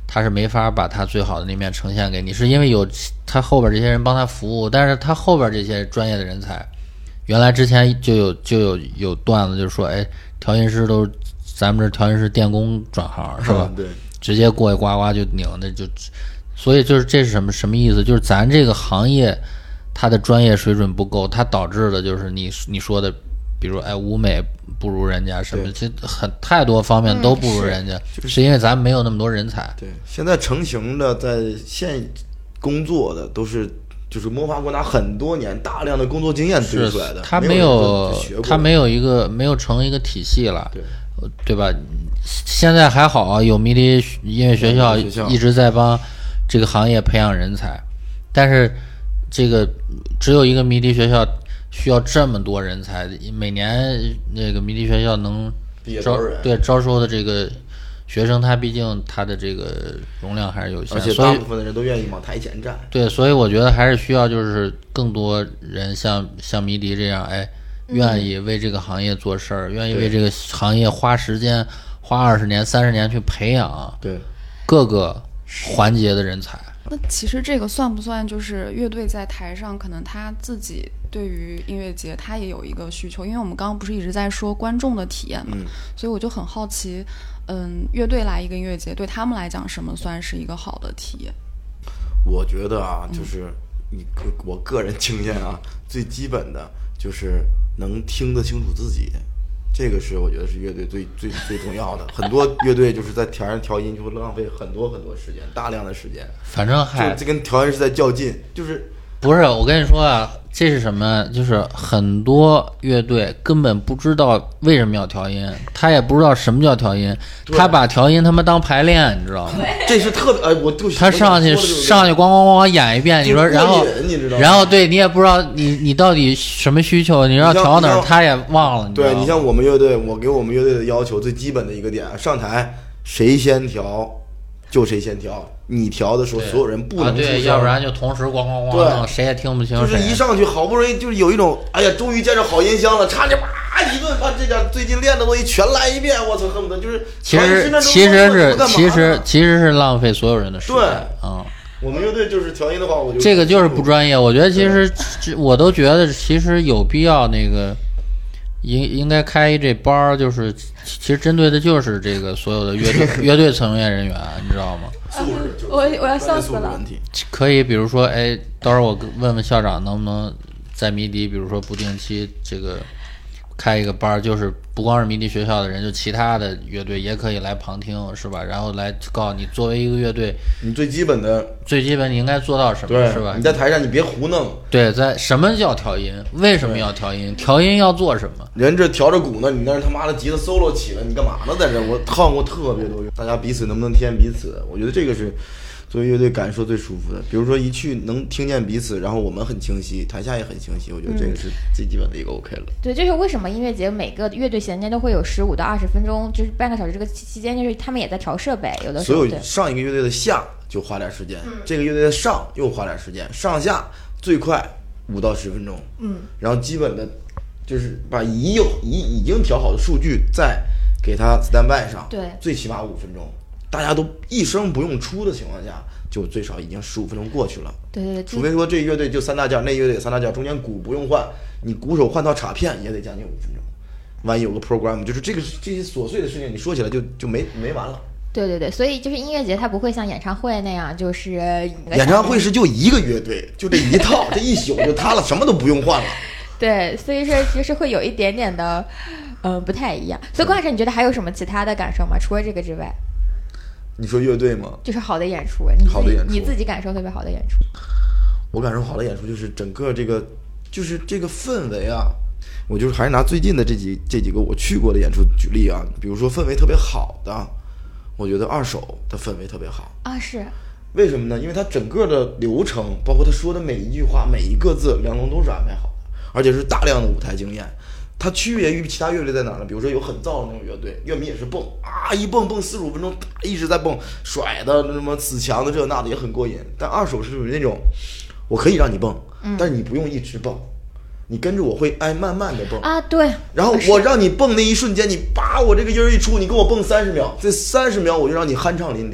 他是没法把他最好的那面呈现给你，是因为有他后边这些人帮他服务，但是他后边这些专业的人才，原来之前就有就有有段子就是说，哎，调音师都是咱们这调音师电工转行是吧？ 对， 直接过去呱呱就拧的就，所以就是这是什么什么意思？就是咱这个行业它的专业水准不够，它导致的就是你你说的，比如哎舞美不如人家什么，其实很太多方面都不如人家， 嗯、是, 是因为咱没有那么多人才。 对，现在成型的在现工作的都是就是摸爬滚打很多年，大量的工作经验堆出来的， 他没有他没有一个没有成一个体系了， 对对吧？现在还好，有迷笛音乐学校一直在帮这个行业培养人才，但是这个只有一个迷笛学校需要这么多人才，每年那个迷笛学校能招对招收的这个学生，他毕竟他的这个容量还是有限， 而且大部分的人都愿意往台前站。 对，所以我觉得还是需要就是更多人像像迷笛这样，哎，愿意为这个行业做事儿，愿意为这个行业花时间。花二十年、三十年去培养对各个环节的人才。 那其实这个算不算就是乐队在台上，可能他自己对于音乐节他也有一个需求？因为我们刚刚不是一直在说观众的体验嘛， 嗯、 所以我就很好奇，嗯，乐队来一个音乐节，对他们来讲，什么算是一个好的体验？ 我觉得啊，就是你个、嗯、我个人经验啊，最基本的就是能听得清楚自己。这个是我觉得是乐队最最最重要的。很多乐队就是在台上调音，就会浪费很多很多时间，大量的时间。 反正还这跟调音是在较劲，就是不是？我跟你说啊，这是什么？就是很多乐队根本不知道为什么要调音，他也不知道什么叫调音，他把调音他妈当排练，你知道吗？ 这是特别哎，我就他上去上去咣咣咣演一遍，你说然后然后对你也不知道你你到底什么需求，你要调哪儿他也忘了。 对你像我们乐队，我给我们乐队的要求最基本的一个点，上台谁先调就谁先调。你调的时候，所有人不能出声、啊、 对，要不然就同时咣咣咣弄，谁也听不清。 就是一上去，好不容易就是有一种，哎呀，终于见着好音箱了，差点啪一顿把这点最近练的东西全来一遍，我操，恨不得就是。 其实其实是其实其实是浪费所有人的时间。 对， 嗯， 我们乐队就是调音的话，我就这个就是不专业。我觉得其实我都觉得其实有必要那个。应应该开一这班儿，就是其实针对的就是这个所有的乐队乐队从业人员，你知道吗？ 素质就是我我要笑死了。 可以，比如说，哎，到时候我问问校长能不能在迷笛，比如说不定期这个开一个班儿，就是不光是迷笛学校的人，就其他的乐队也可以来旁听，是吧？然后来告诉你，作为一个乐队， 你最基本的最基本你应该做到什么，是吧？ 你在台上你别胡弄。 对，在什么叫调音？为什么要调音？调音要做什么？ 人这调着鼓呢，你那他妈的吉他 solo 起了，你干嘛呢？在这我唱过特别多，大家彼此能不能听见彼此？我觉得这个是作为乐队感受最舒服的。比如说一去能听见彼此，然后我们很清晰，台下也很清晰，我觉得这个是最基本的一个 OK 了。 嗯、对，就是为什么音乐节每个乐队衔接都会有十五到二十分钟，就是半个小时这个期间，就是他们也在调设备，有的时候。 所有上一个乐队的下就花点时间，嗯、这个乐队的上又花点时间，上下最快五到十分钟， 嗯， 然后基本的。就是把已有已已经调好的数据再给它 standby 上， 对， 最起码五分钟，大家都一声不用出的情况下，就最少已经十五分钟过去了。 对对对， 除非说这乐队就三大件，那乐队三大件，中间鼓不用换，你鼓手换套镲片也得将近五分钟。万一有个 program， 就是这个这些琐碎的事情，你说起来就就没没完了。 对对对，所以就是音乐节它不会像演唱会那样，就是演唱会是就一个乐队，就这一套，这一宿就塌了，什么都不用换了。 对，所以说其实会有一点点的，嗯、呃，不太一样。所以关老师，你觉得还有什么其他的感受吗？除了这个之外？ 你说乐队吗？ 就是好的演出，你好的演出， 你自己感受特别好的演出。 我感受好的演出就是整个这个，就是这个氛围啊。我就是还是拿最近的这几这几个我去过的演出举例啊，比如说氛围特别好的，我觉得二手的氛围特别好啊，是。 为什么呢？因为它整个的流程，包括他说的每一句话、每一个字，梁龙都是安排好的，而且是大量的舞台经验。它区别于其他乐队在哪儿呢？比如说有很燥的那种乐队，乐迷也是蹦啊，一蹦蹦四十五分钟，一直在蹦，甩的什么死墙的这那的也很过瘾。但二手是属于那种，我可以让你蹦，但是你不用一直蹦，你跟着我会哎慢慢的蹦啊，对。 然后我让你蹦那一瞬间，你叭我这个音儿一出，你跟我蹦三十秒，这三十秒我就让你酣畅淋漓。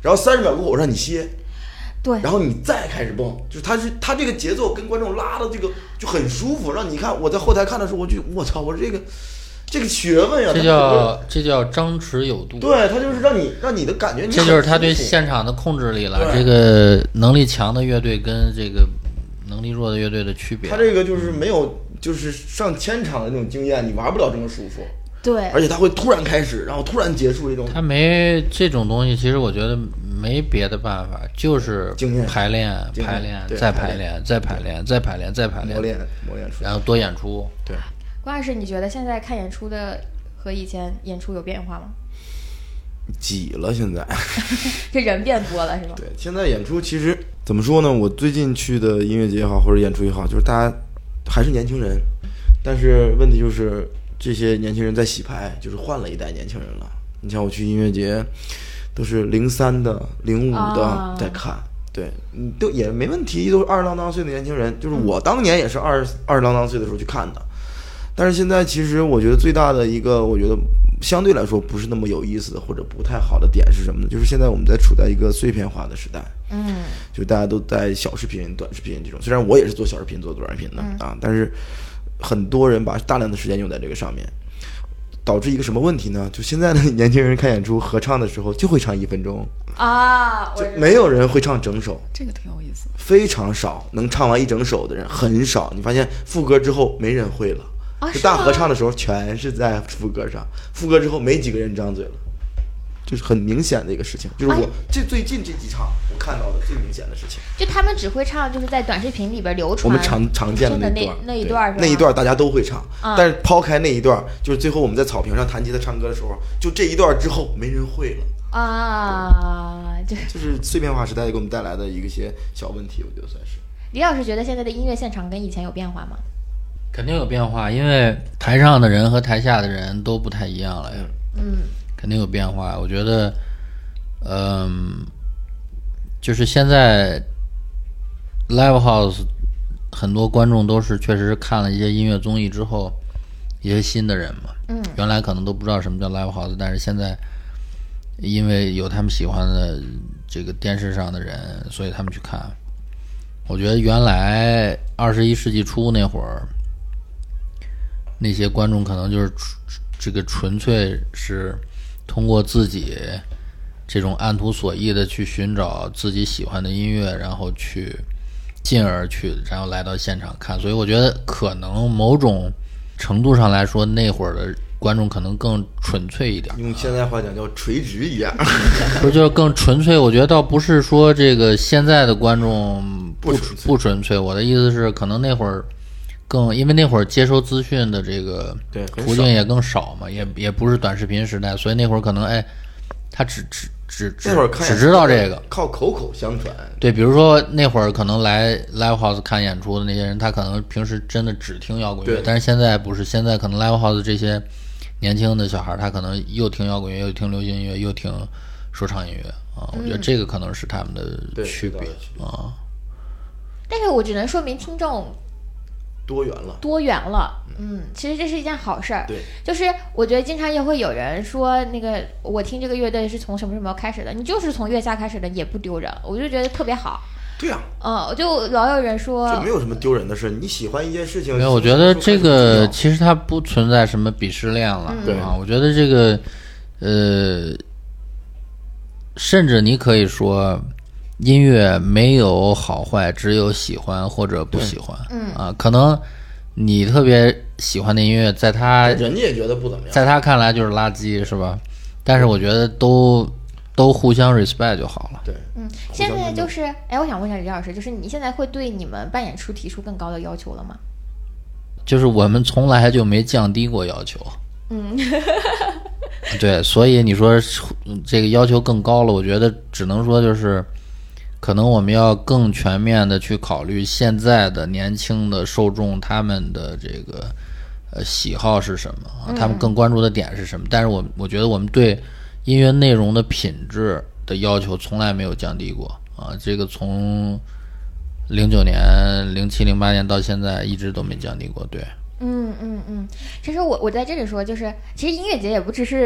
然后三十秒过后我让你歇， 对， 然后你再开始蹦，就是他是他这个节奏跟观众拉的这个就很舒服，让你看我在后台看的时候，我就我操，我这个这个学问呀， 这叫这叫张弛有度。 对，他就是让你让你的感觉， 这就是他对现场的控制力了。这个能力强的乐队跟这个能力弱的乐队的区别， 他这个就是没有就是上千场的那种经验，你玩不了这么舒服。 对， 而且他会突然开始，然后突然结束这种。 他没这种东西，其实我觉得没别的办法，就是经验排练、 经验排练、 对再排练、再排练、再排练、再排练， 磨练磨练出来， 然后多演出。 对， 关老师，你觉得现在看演出的和以前演出有变化吗？ 挤了现在， 这人变多了是吧？ 对，现在演出其实怎么说呢？我最近去的音乐节也好，或者演出也好，就是大家还是年轻人，但是问题就是这些年轻人在洗牌，就是换了一代年轻人了。你像我去音乐节，都是零三的、零五的在看，啊、对，嗯，都也没问题，都是二十郎当岁的年轻人。就是我当年也是二二十郎当岁的时候去看的，但是现在其实我觉得最大的一个，我觉得相对来说不是那么有意思的或者不太好的点是什么呢？就是现在我们在处在一个碎片化的时代， 嗯， 就大家都在小视频、短视频这种。虽然我也是做小视频、做短视频的、嗯、啊，但是很多人把大量的时间用在这个上面，导致一个什么问题呢？就现在的年轻人看演出合唱的时候就会唱一分钟啊， 就没有人会唱整首， 这个挺有意思， 非常少，能唱完一整首的人很少。你发现副歌之后没人会了。就大合唱的时候全是在副歌上，副歌之后没几个人张嘴了，就是很明显的一个事情。就是我这最近这几场我看到的最明显的事情， 就他们只会唱，就是在短视频里边流传我们常常见的那段那一段， 那一段大家都会唱、 嗯， 但是抛开那一段，就是最后我们在草坪上弹吉他唱歌的时候，就这一段之后没人会了啊，就就是碎片化时代给我们带来的一些小问题，我觉得算是。 李老师觉得现在的音乐现场跟以前有变化吗？ 肯定有变化，因为台上的人和台下的人都不太一样了呀。 嗯， 肯定有变化。我觉得，嗯，就是现在 live house 很多观众都是确实是看了一些音乐综艺之后，一些新的人嘛。 嗯， 原来可能都不知道什么叫 live house， 但是现在因为有他们喜欢的这个电视上的人，所以他们去看。我觉得原来二十一世纪初那会儿。那些观众可能就是这个纯粹是通过自己这种按图索骥的去寻找自己喜欢的音乐，然后去进而去然后来到现场看，所以我觉得可能某种程度上来说那会儿的观众可能更纯粹一点， 用现在话讲叫垂直一点， 不是就是更纯粹。我觉得倒不是说这个现在的观众不不纯粹，我的意思是可能那会儿更，因为那会儿接收资讯的这个途径也更少嘛，也也不是短视频时代，所以那会儿可能哎，他只只只只那会儿看只知道这个， 靠口口相传。 对，比如说那会儿可能来 live house 看演出的那些人，他可能平时真的只听摇滚乐，但是现在不是，现在可能 live house 这些年轻的小孩，他可能又听摇滚乐，又听流行音乐，又听说唱音乐啊，我觉得这个可能是他们的区别啊。 但是我只能说明听众多元了， 多元了，嗯，其实这是一件好事儿。 对， 就是我觉得经常也会有人说，那个我听这个乐队是从什么什么开始的，你就是从月下开始的，也不丢人，我就觉得特别好。 对呀、 啊，嗯，就老有人说， 这没有什么丢人的事。你喜欢一件事情， 没有，我觉得这个其实它不存在什么鄙视链了， 对、 嗯、啊。我觉得这个，呃，甚至你可以说。音乐没有好坏，只有喜欢或者不喜欢。 嗯啊，可能你特别喜欢的音乐，在他人家也觉得不怎么样， 在他看来就是垃圾，是吧？但是我觉得都都互相 respect 就好了。 对， 嗯，现在就是，哎，我想问一下李老师，就是你现在会对你们办演出提出更高的要求了吗？ 就是我们从来就没降低过要求。 嗯， 对，所以你说这个要求更高了，我觉得只能说就是。可能我们要更全面的去考虑现在的年轻的受众他们的这个呃喜好是什么啊，他们更关注的点是什么。但是我我觉得我们对音乐内容的品质的要求从来没有降低过啊，这个从零九年、零七、零八年到现在一直都没降低过。对， 嗯嗯嗯，其实我我在这里说，就是其实音乐节也不只是。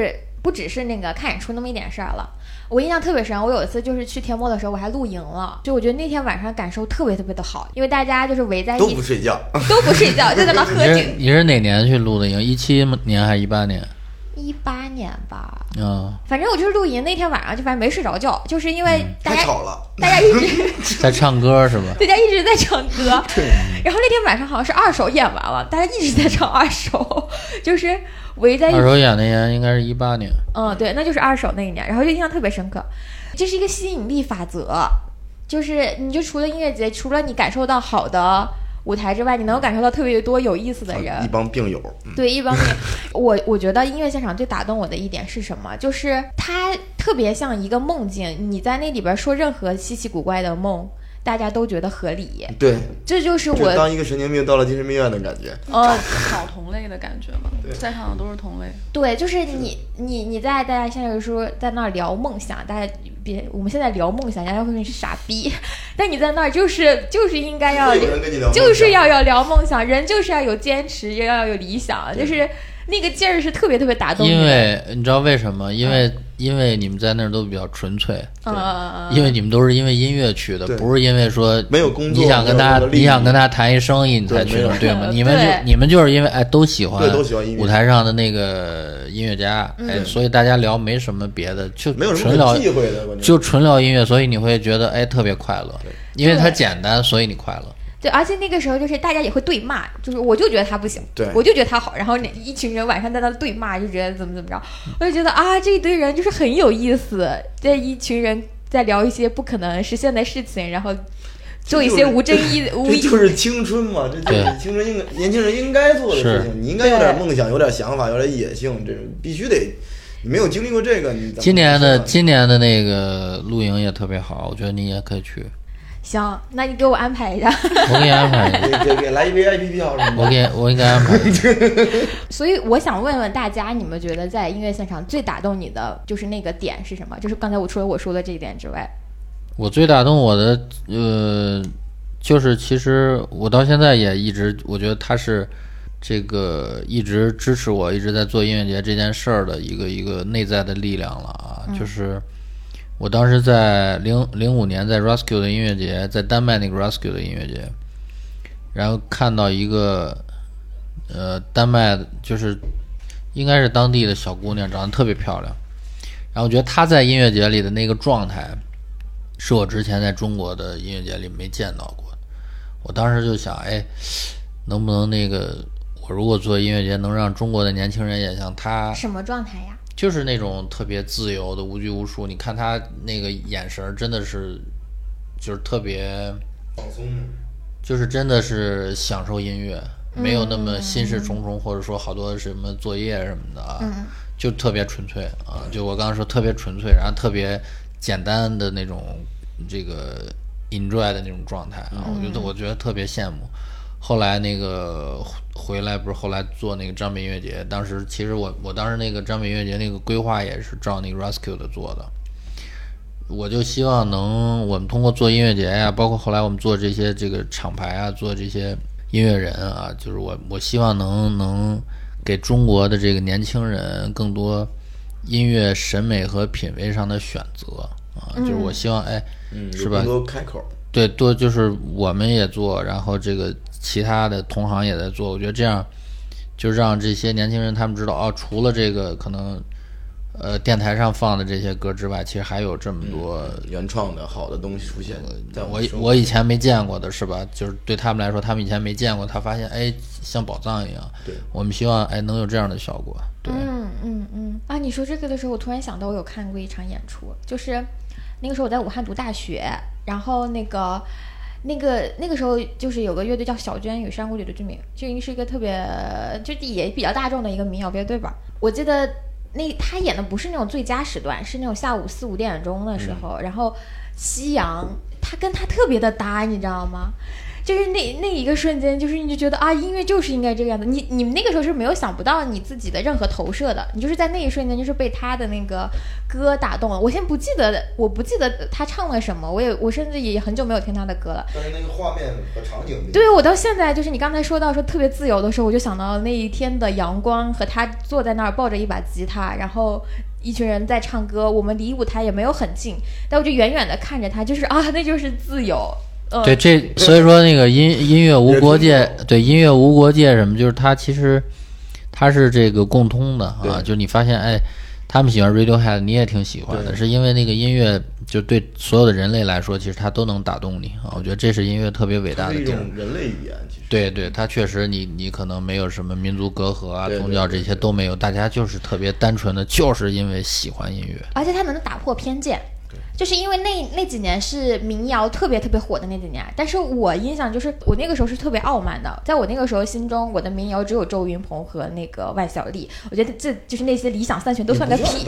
不只是那个看演出那么一点事儿了。我印象特别深，我有一次就是去天幕的时候，我还露营了，就我觉得那天晚上感受特别特别的好，因为大家就是围在一起都不睡觉， 都不睡觉，就在那喝酒。 你是哪年去露的营？一七年还是一八年？ 一八年吧， 嗯， 反正我就是露营那天晚上就反正没睡着觉，就是因为大家、 太吵了， 大家一直在唱歌是吧？ 大家一直在唱歌，然后那天晚上好像是二首演完了，大家一直在唱二首，就是围在一起。 二首演那年应该是一八年， 嗯，对，那就是二首那一年，然后就印象特别深刻。这是一个吸引力法则，就是你就除了音乐节，除了你感受到好的舞台之外，你能感受到特别多有意思的人， 啊、一帮病友。 嗯、对，一帮病。我我觉得音乐现场最打动我的一点是什么？就是它特别像一个梦境，你在那里边说任何稀奇古怪的梦，大家都觉得合理。 对， 这就是我就当一个神经病到了精神病院的感觉。 呃， 找同类的感觉嘛，在场的都是同类。 对，就是你你你在大家现在说在那儿聊梦想，大家别我们现在聊梦想，大家会说你是傻逼，但你在那儿就是就是应该要就是要要聊梦想，人就是要有坚持，也要有理想，就是那个劲儿是特别特别打动你的。 因为你知道为什么？因为、嗯、因为你们在那儿都比较纯粹， 嗯， 因为你们都是因为音乐去的，不是因为说没有工作， 你想跟他你想跟他谈一生意你才去的，对吗？你们就你们就是因为哎都喜欢， 对，都喜欢音乐， 舞台上的那个音乐家， 嗯、 哎，所以大家聊没什么别的，就没有什么纯聊忌讳的， 就纯聊音乐，所以你会觉得哎特别快乐，因为它简单，所以你快乐。 对，而且那个时候就是大家也会对骂，就是我就觉得他不行， 对， 我就觉得他好，然后那一群人晚上在那对骂，就觉得怎么怎么着，我就觉得啊，这一堆人就是很有意思，这一群人在聊一些不可能实现的事情，然后做一些无争议的，无这就是青春嘛，这就是青春应该年轻人应该做的事情，你应该有点梦想，有点想法，有点野性，这必须得。你没有经历过这个，你今年的今年的那个露营也特别好，我觉得你也可以去。 行，那你给我安排一下。 我给你安排一下。 给给来一 V I P 票什么？ 我给我应该安排。 所以我想问问大家，你们觉得在音乐现场最打动你的就是那个点是什么？就是刚才我除了我说的这一点之外， 我最打动我的呃，就是其实我到现在也一直，我觉得他是这个一直支持我，一直在做音乐节这件事儿的一个一个内在的力量了啊，嗯、就是。我当时在零零五年在 Roskilde 的音乐节，在丹麦那个 Roskilde 的音乐节，然后看到一个呃丹麦就是应该是当地的小姑娘，长得特别漂亮，然后我觉得她在音乐节里的那个状态，是我之前在中国的音乐节里没见到过的。我当时就想，哎，能不能那个我如果做音乐节，能让中国的年轻人也像她？ 什么状态呀？ 就是那种特别自由的无拘无束，你看他那个眼神真的是就是特别放松， 就是真的是享受音乐，嗯、没有那么心事重重，或者说好多什么作业什么的啊， 嗯、 就特别纯粹啊，就我刚刚说特别纯粹，然后特别简单的那种这个 enjoy 的那种状态啊， 嗯、 我觉得我觉得特别羡慕。后来那个回来不是后来做那个张北音乐节，当时其实我我当时那个张北音乐节那个规划也是照那个 Roskilde 做的，我就希望能我们通过做音乐节呀，包括后来我们做这些这个厂牌啊，做这些音乐人啊，就是我我希望能能给中国的这个年轻人更多音乐审美和品味上的选择啊，就是我希望哎， 嗯， 是吧？ 多开口， 对，多就是我们也做，然后这个。其他的同行也在做，我觉得这样就让这些年轻人他们知道哦，除了这个可能呃电台上放的这些歌之外，其实还有这么多、 嗯、原创的好的东西出现。在我我以前没见过的是吧？就是对他们来说，他们以前没见过，他发现哎像宝藏一样。 对， 我们希望哎能有这样的效果。对， 嗯嗯嗯啊，你说这个的时候，我突然想到我有看过一场演出，就是那个时候我在武汉读大学，然后那个。那个那个时候就是有个乐队叫小娟与山谷里的居民，就是一个特别就也比较大众的一个民谣乐队吧。我记得那他演的不是那种最佳时段，是那种下午四五点钟的时候，嗯、然后夕阳，他跟他特别的搭，你知道吗？就是那那一个瞬间，就是你就觉得啊，音乐就是应该这个样子。你你们那个时候是没有想不到你自己的任何投射的，你就是在那一瞬间就是被他的那个歌打动了。我现在不记得，我不记得他唱了什么，我也我甚至也很久没有听他的歌了。 但是那个画面和场景， 对，我到现在就是你刚才说到说特别自由的时候，我就想到那一天的阳光和他坐在那儿抱着一把吉他，然后一群人在唱歌，我们离舞台也没有很近，但我就远远的看着他，就是啊，那就是自由。嗯、 对，这所以说那个音音乐无国界，对音乐无国界什么，就是它其实它是这个共通的啊，就你发现哎，他们喜欢 Radiohead， 你也挺喜欢的，是因为那个音乐就对所有的人类来说，其实它都能打动你啊。我觉得这是音乐特别伟大的地儿。 人类语言，其实对对，它确实你你可能没有什么民族隔阂啊，宗教这些都没有，大家就是特别单纯的，就是因为喜欢音乐， 而且它能打破偏见。就是因为那那几年是民谣特别特别火的那几年，但是我印象就是我那个时候是特别傲慢的，在我那个时候心中，我的民谣只有周云鹏和那个万晓利，我觉得这就是那些理想三全都算个屁。就我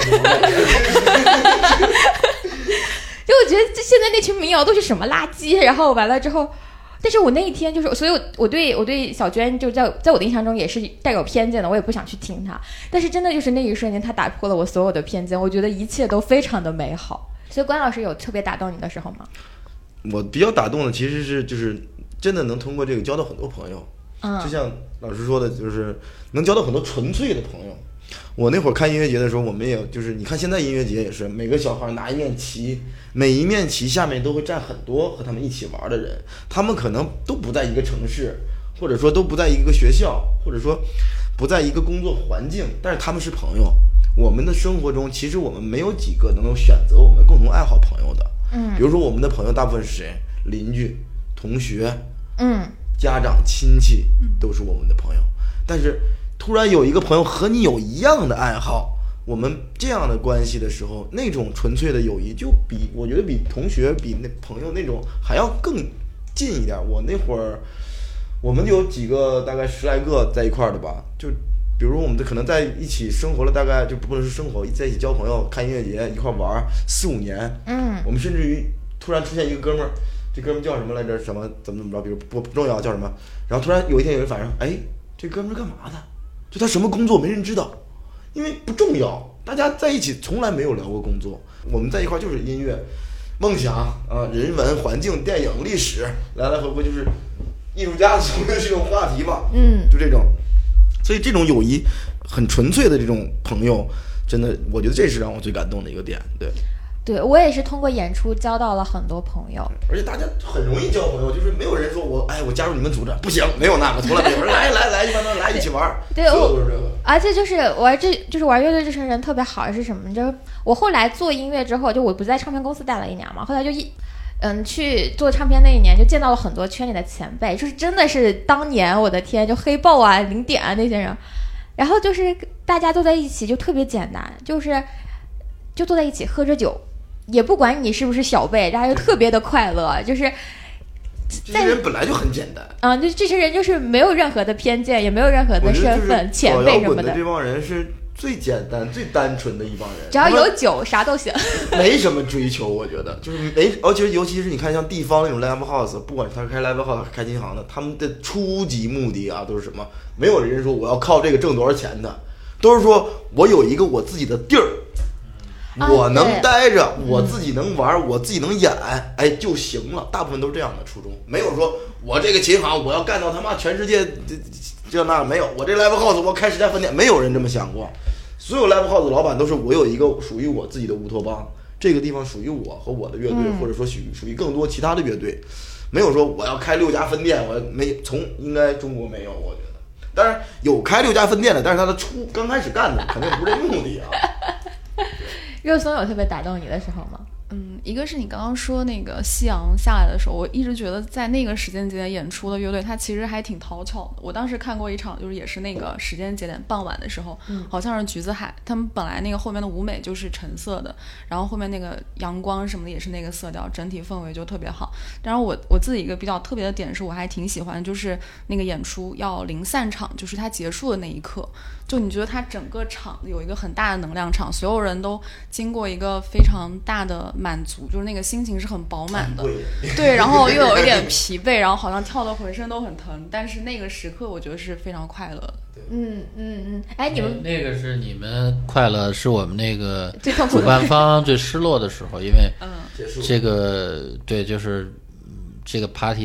觉得这现在那群民谣都是什么垃圾，然后完了之后。但是我那一天就是，所以我对我对小娟就在在我的印象中也是带有偏见的，我也不想去听她。但是真的就是那一瞬间，她打破了我所有的偏见，我觉得一切都非常的美好。所以关老师有特别打动你的时候吗？ 我比较打动的其实是就是真的能通过这个交到很多朋友，嗯，就像老师说的，就是能交到很多纯粹的朋友。我那会儿看音乐节的时候，我们也就是你看现在音乐节也是每个小孩拿一面旗，每一面旗下面都会站很多和他们一起玩的人，他们可能都不在一个城市，或者说都不在一个学校，或者说不在一个工作环境，但是他们是朋友。我们的生活中其实我们没有几个能够选择我们共同爱好朋友的，嗯，比如说我们的朋友大部分是谁？邻居、同学，嗯，家长、亲戚都是我们的朋友，但是突然有一个朋友和你有一样的爱好，我们这样的关系的时候，那种纯粹的友谊就比我觉得比同学比那朋友那种还要更近一点。我那会儿我们有几个大概十来个在一块儿的吧，就比如我们可能在一起生活了大概就不能是生活，在一起交朋友看音乐节一块玩四五年，嗯，我们甚至于突然出现一个哥们儿，这哥们儿叫什么来着，什么怎么怎么着，比如不不重要叫什么，然后突然有一天有人反映，哎，这哥们儿干嘛的，就他什么工作没人知道，因为不重要，大家在一起从来没有聊过工作，我们在一块就是音乐、梦想啊、人文、环境、电影、历史，来来回回就是艺术家的这种话题吧，嗯，就这种，所以这种友谊很纯粹的这种朋友，真的，我觉得这是让我最感动的一个点，对。 对，我也是通过演出交到了很多朋友， 而且大家很容易交朋友，就是没有人说我哎我加入你们组织不行，没有那个，从来没有人来来来，一般都来一起玩， 对， 所有都是这个。 而且就是玩这就是玩乐队这群人特别好是什么？就是我后来做音乐之后，就我不在唱片公司待了一年嘛，后来就一嗯去做唱片那一年，就见到了很多圈里的前辈，就是真的是当年我的天，就黑豹啊、零点啊那些人，然后就是大家坐在一起就特别简单，就是就坐在一起喝着酒。也不管你是不是小辈，大家就特别的快乐，就是这些人本来就很简单， 嗯，就这些人就是没有任何的偏见，也没有任何的身份、前辈什么的。 这帮人是最简单、最单纯的一帮人， 只要有酒，啥都行， 没什么追求。我觉得就是没，而且尤其是你看像地方那种 live house， 不管他开 live house 开金行的，他们的初级目的啊都是什么？没有人说我要靠这个挣多少钱的，都是说我有一个我自己的地儿。我能待着、啊，我自己能玩、嗯，我自己能演，哎就行了。大部分都是这样的初衷，没有说我这个琴行我要干到他妈全世界这这那没有。我这 live house 我开十家分店，没有人这么想过。所有 live house 的老板都是我有一个属于我自己的乌托邦，这个地方属于我和我的乐队，嗯、或者说属于属于更多其他的乐队，没有说我要开六家分店，我没从应该中国没有，我觉得。当然有开六家分店的，但是他的初刚开始干的肯定不是这目的啊。 肉松有特别打动你的时候吗？ 嗯，一个是你刚刚说那个夕阳下来的时候，我一直觉得在那个时间节点演出的乐队，它其实还挺讨巧的。我当时看过一场，就是也是那个时间节点傍晚的时候，嗯、好像是橘子海，他们本来那个后面的舞美就是橙色的，然后后面那个阳光什么的也是那个色调，整体氛围就特别好。然后我我自己一个比较特别的点是，我还挺喜欢，就是那个演出要临散场，就是它结束的那一刻。就你觉得它整个场有一个很大的能量场，所有人都经过一个非常大的满足，就是那个心情是很饱满的，对，然后又有一点疲惫，然后好像跳得浑身都很疼，但是那个时刻我觉得是非常快乐的。 嗯嗯嗯，哎，你们那个是你们快乐，是我们那个主办方最失落的时候，因为这个对，就是这个 party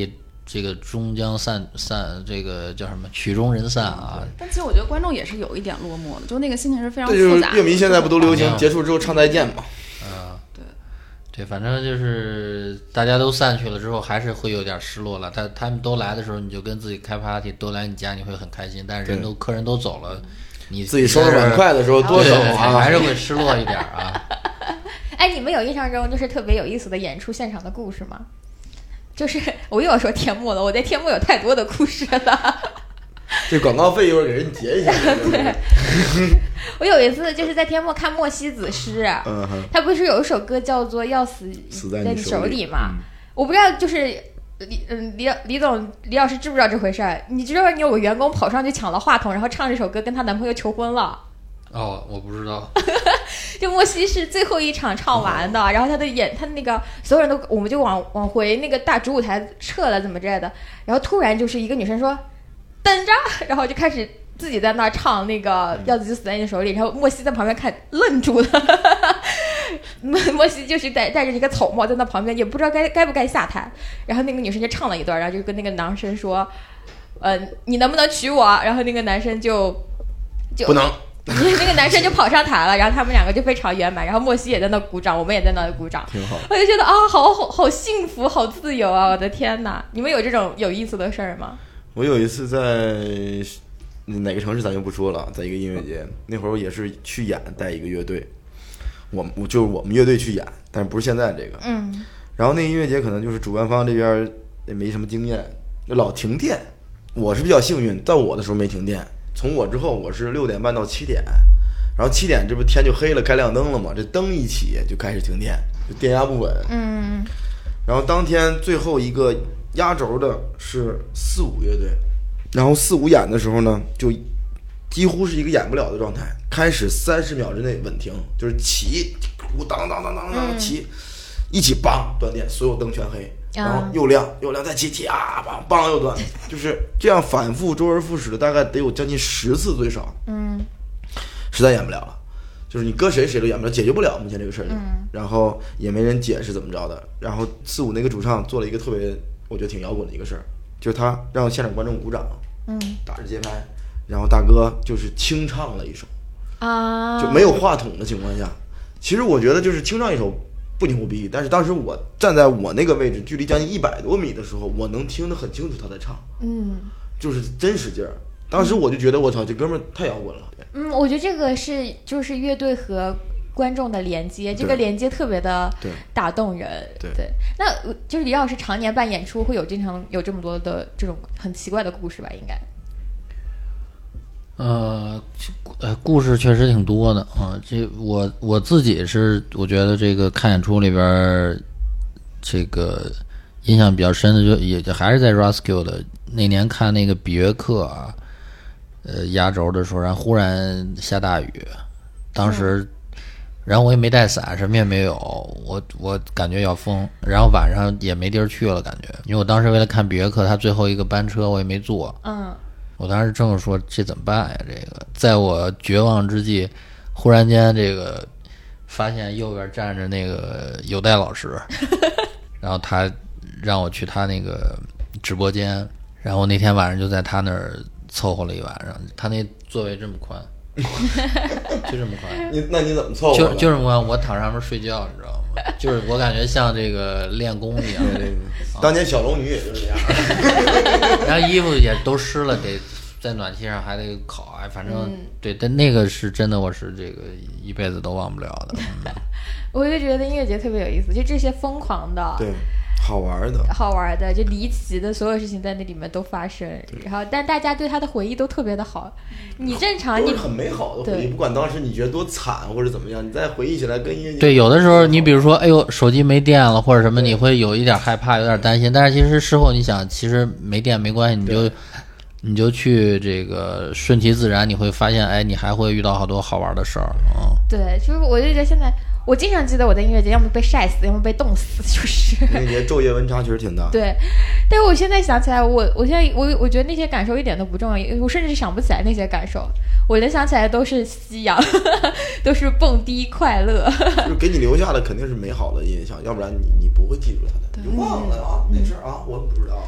这个终将散散，这个叫什么曲终人散啊。 但其实我觉得观众也是有一点落寞的，就那个心情是非常对，就是复杂的。 乐迷现在不都流行结束之后唱再见嘛？ 啊， 对对，反正就是大家都散去了之后，还是会有点失落了。他他们都来的时候，你就跟自己开 party， 都来你家，你会很开心。但是人都客人都走了，你自己收拾碗筷的时候多少啊， 还是会失落一点啊。 哎，你们有印象中就是特别有意思的演出现场的故事吗？就是我又要说天幕了，我在天幕有太多的故事了。 这广告费一会儿给人结一下。 对，我有一次就是在天幕看莫西子诗， 嗯哼， 他不是有一首歌叫做《要死死在在你手你手里里》嘛？我不知道，就是李嗯李李总李老师知不知道这回事儿？你知道你有个员工跑上去抢了话筒，然后唱这首歌跟她男朋友求婚了。 哦，我不知道。 就莫西是最后一场唱完的，然后他的演他那个所有人都我们就往往回那个大主舞台撤了怎么之类的，然后突然就是一个女生说等着，然后就开始自己在那儿唱那个要自己死在你手里，然后莫西在旁边看愣住了。莫西就是戴戴着一个草帽在那旁边，也不知道该该不该下台，然后那个女生就唱了一段，然后就跟那个男生说呃你能不能娶我，然后那个男生就就不能。 那个男生就跑上台了，然后他们两个就非常圆满，然后莫西也在那鼓掌，我们也在那鼓掌， 挺好。 我就觉得啊，好好好幸福，好自由啊！我的天哪，你们有这种有意思的事儿吗？ 我有一次在哪个城市咱就不说了，在一个音乐节，那会儿我也是去演带一个乐队，我我就是我们乐队去演，但是不是现在这个， 嗯。 然后那个音乐节可能就是主办方这边也没什么经验，就老停电。我是比较幸运，在我的时候没停电。从我之后，我是六点半到七点，然后七点这不天就黑了，开亮灯了嘛，这灯一起就开始停电，就电压不稳。 嗯。 然后当天最后一个压轴的是四五乐队，然后四五演的时候呢，就几乎是一个演不了的状态，开始三十秒之内稳停，就是起，鼓当当当当当起，一起梆断电，所有灯全黑。然后又亮又亮再起起啊，梆梆又断，就是这样反复周而复始的，大概得有将近十次最少。 嗯， 实在演不了了，就是你搁谁谁都演不了，解决不了目前这个事儿。 嗯， 然后也没人解释怎么着的。然后四五那个主唱做了一个特别，我觉得挺摇滚的一个事儿，就是他让现场观众鼓掌， 嗯， 打着节拍，然后大哥就是清唱了一首啊， 就没有话筒的情况下，其实我觉得就是清唱一首。不牛逼，但是当时我站在我那个位置，距离将近一百多米的时候，我能听得很清楚他在唱， 嗯， 就是真使劲儿。当时我就觉得我操，这哥们儿太摇滚了。 嗯，我觉得这个是就是乐队和观众的连接，这个连接特别的打动人。 对， 对，那就是李老师常年办演出，会有经常有这么多的这种很奇怪的故事吧？应该。 呃，呃，故事确实挺多的啊。这我我自己是，我觉得这个看演出里边，这个印象比较深的就也就还是在 Roskilde 的那年看那个比约克啊，呃，压轴的时候，然后忽然下大雨，当时，然后我也没带伞，什么也没有，我我感觉要疯，然后晚上也没地儿去了，感觉，因为我当时为了看比约克他最后一个班车，我也没坐， 嗯。 我当时正说这怎么办呀？这个在我绝望之际，忽然间这个发现右边站着那个有代老师，然后他让我去他那个直播间，然后那天晚上就在他那儿凑合了一晚上。他那座位这么宽，就这么宽。 你那你怎么凑合？ 就就这么宽，我躺上面睡觉，你知道吗？就是我感觉像这个练功一样。 对对对，当年小龙女也就是这样。 然后衣服也都湿了，得在暖气上还得烤，哎，反正、嗯、对，但那个是真的，我是这个一辈子都忘不了的。嗯、 我就觉得音乐节特别有意思，就这些疯狂的， 对，好玩的， 好玩的，就离奇的所有事情在那里面都发生，然后但大家对他的回忆都特别的好。你正常你很美好的回忆，不管当时你觉得多惨或者怎么样，你再回忆起来跟音乐节对，有的时候你比如说，哎呦，手机没电了或者什么，你会有一点害怕，有点担心，但是其实事后你想，其实没电没关系，你就你就去这个顺其自然，你会发现，哎，你还会遇到好多好玩的事儿。嗯， 对，就是我就觉得现在。我经常记得我在音乐节，要么被晒死，要么被冻死，就是那节昼夜温差确实挺大。 对，但是我现在想起来，我我现在我我觉得那些感受一点都不重要，我甚至想不起来那些感受，我能想起来都是夕阳，都是蹦迪快乐。 就是给你留下的肯定是美好的印象，要不然你你不会记住它的，你就忘了啊、嗯、那事儿啊，我不知道。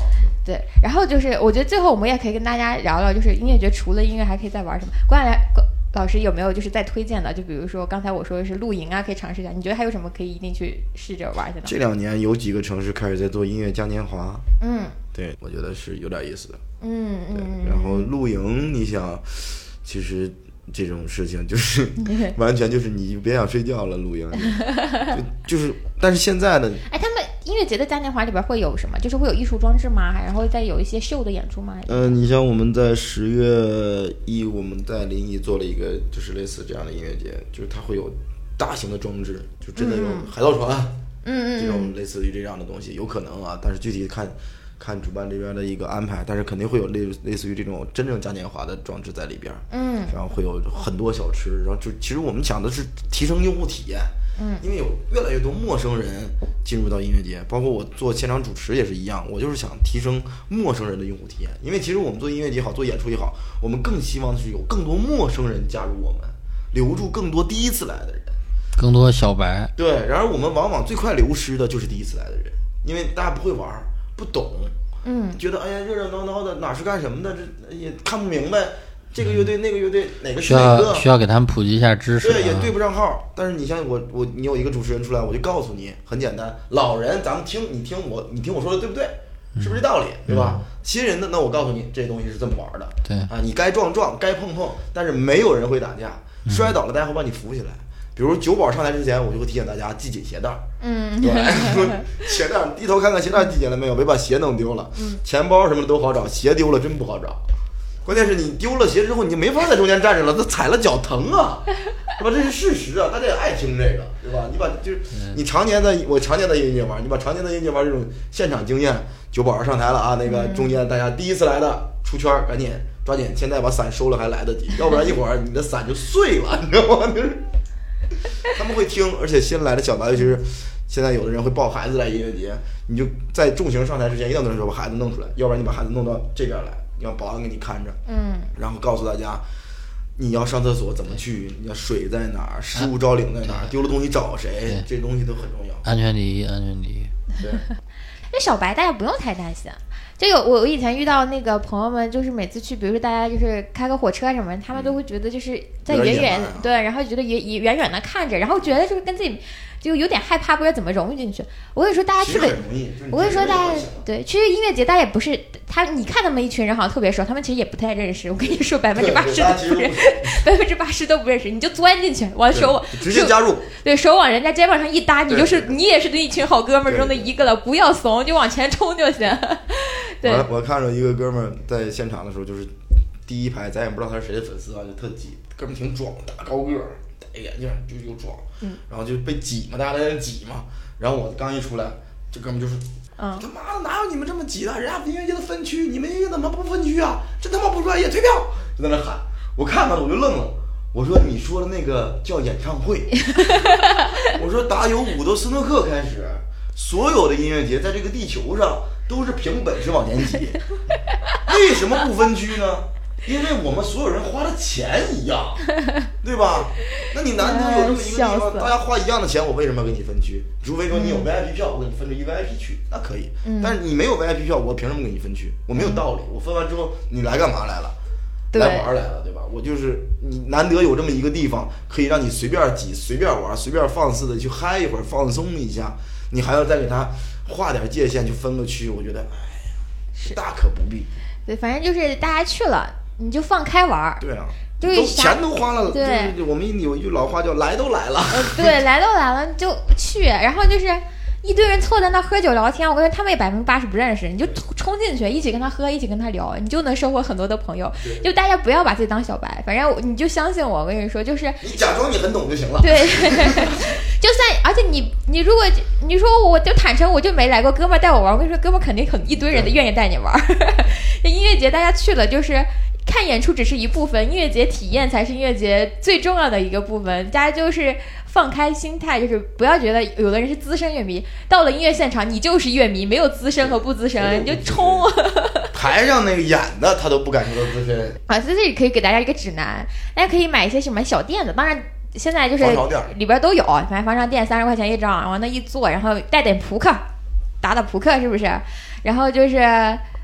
对，然后就是我觉得最后我们也可以跟大家聊聊，就是音乐节除了音乐还可以再玩什么。关来老师有没有就是再推荐的？就比如说刚才我说的是露营啊，可以尝试一下。你觉得还有什么可以一定去试着玩的呢？ 这两年有几个城市开始在做音乐嘉年华， 嗯， 对，我觉得是有点意思的。 嗯嗯。 对，然后露营，你想，其实这种事情就是完全就是你别想睡觉了，露营就就是，但是现在的， 哎，他们音乐节的嘉年华里边会有什么？就是会有艺术装置吗？然后再有一些秀的演出吗？ 嗯、呃，你像我们在十月一，我们在临沂做了一个就是类似这样的音乐节，就是它会有大型的装置，就真的有海盗船， 嗯嗯， 这种类似于这样的东西，有可能啊，但是具体看。看主办这边的一个安排，但是肯定会有类类似于这种真正嘉年华的装置在里边， 嗯， 然后会有很多小吃，然后就其实我们讲的是提升用户体验， 嗯， 因为有越来越多陌生人进入到音乐节，包括我做现场主持也是一样，我就是想提升陌生人的用户体验，因为其实我们做音乐节也好，做演出也好，我们更希望的是有更多陌生人加入我们，留住更多第一次来的人， 更多小白， 对，然而我们往往最快流失的就是第一次来的人，因为大家不会玩，不懂。 嗯， 觉得哎呀热热闹闹的哪是干什么的，这也看不明白，这个乐队那个乐队哪个是哪个， 需要给他们普及一下知识、啊， 对，也对不上号。但是你像我我你有一个主持人出来，我就告诉你，很简单，老人咱们听你听我你听我说的对不对？是不是这道理？对吧？ 嗯、 新人的那我告诉你，这东西是这么玩的。 对啊，你该撞撞，该碰碰，但是没有人会打架，摔倒了大家会把你扶起来。比如酒保上台之前，我就会提醒大家系紧鞋带。 嗯， 对，鞋带低头看看鞋带系紧了没有，别把鞋弄丢了。 嗯， 钱包什么的都好找，鞋丢了真不好找。关键是你丢了鞋之后，你就没法在中间站着了，他踩了脚疼啊，对吧？这是事实啊，大家也爱听这个，对吧？你把就是你常年在我常年在音乐玩，你把常年在音乐玩这种现场经验，酒保上台了啊，那个中间大家第一次来的出圈，赶紧抓紧，现在把伞收了还来得及，要不然一会儿你的伞就碎了，你知道吗？就是他们会听，而且新来的小白，尤其是现在有的人会抱孩子来音乐节，你就在重型上台之前，一定要说把孩子弄出来，要不然你把孩子弄到这边来，让保安给你看着， 嗯， 然后告诉大家你要上厕所怎么去，你要水在哪儿，失物招领在哪儿，丢了东西找谁，这东西都很重要。 安全第一，安全第一。 对， 那小白大家不用太担心。就有我我以前遇到那个朋友们，就是每次去，比如说大家就是开个火车什么，他们都会觉得就是在远远、 啊、 对，然后觉得远远远的看着，然后觉得就是跟自己就有点害怕，不知道怎么融入进去。我跟你说，大家去的，我跟你说，大家对去音乐节，大家也不是他，你看他们一群人好像特别熟，他们其实也不太认识。我跟你说，百分之八十都不认识，百分之八十都不认识。你就钻进去，往手直接加入， 对手往人家肩膀上一搭，你就是你也是那一群好哥们中的一个了，不要怂，就往前冲就行。对， 我我看着一个哥们儿在现场的时候，就是第一排，咱也不知道他是谁的粉丝啊，就特挤，哥们儿挺壮，大高个儿，戴眼镜就又壮， 嗯， 然后就被挤嘛，大家在那挤嘛，然后我刚一出来，这哥们儿就是， 嗯， 他妈的哪有你们这么挤的？人家音乐节的分区，你们音乐怎么不分区啊？这他妈不专业，退票！就在那喊，我看看我就愣了。我说你说的那个叫演唱会，我说打有伍德斯诺克开始，所有的音乐节在这个地球上都是凭本事往前挤，为什么不分区呢？因为我们所有人花的钱一样，对吧？那你难得有这么一个地方，大家花一样的钱，我为什么要给你分区？除非说你有 V I P 票，我给你分成一 V I P 区，那可以。但是你没有 V I P 票，我凭什么给你分区？我没有道理。我分完之后，你来干嘛来了？来玩来了，对吧？我就是你难得有这么一个地方，可以让你随便挤、随便玩、随便放肆的去嗨一会儿、放松一下，你还要再给他划点界限去分个区，我觉得，哎呀，大可不必。 对，反正就是大家去了，你就放开玩。 对啊， 就是都钱都花了， 对， 就是我们有一句老话叫“来都来了”。 呃，对，来都来了就去，然后就是一堆人凑在那喝酒聊天，我跟他们也百分之八十不认识，你就冲进去，一起跟他喝，一起跟他聊，你就能收获很多的朋友。就大家不要把自己当小白，反正你就相信我，我跟你说，就是你假装你很懂就行了。 对，就算而且你你如果你说我就坦诚我就没来过，哥们儿带我玩，我跟你说，哥们儿肯定很一堆人的愿意带你玩。音乐节大家去了就是看演出只是一部分，音乐节体验才是音乐节最重要的一个部分。大家就是放开心态，就是不要觉得有的人是资深乐迷，到了音乐现场你就是乐迷，没有资深和不资深，你就冲。 台上那个演的他都不敢说资深啊，在这里可以给大家一个指南，大家可以买一些什么小垫子，当然现在就是里边都有，买防潮垫三十块钱一张，往那一坐，然后带点扑克，打打扑克是不是？然后就是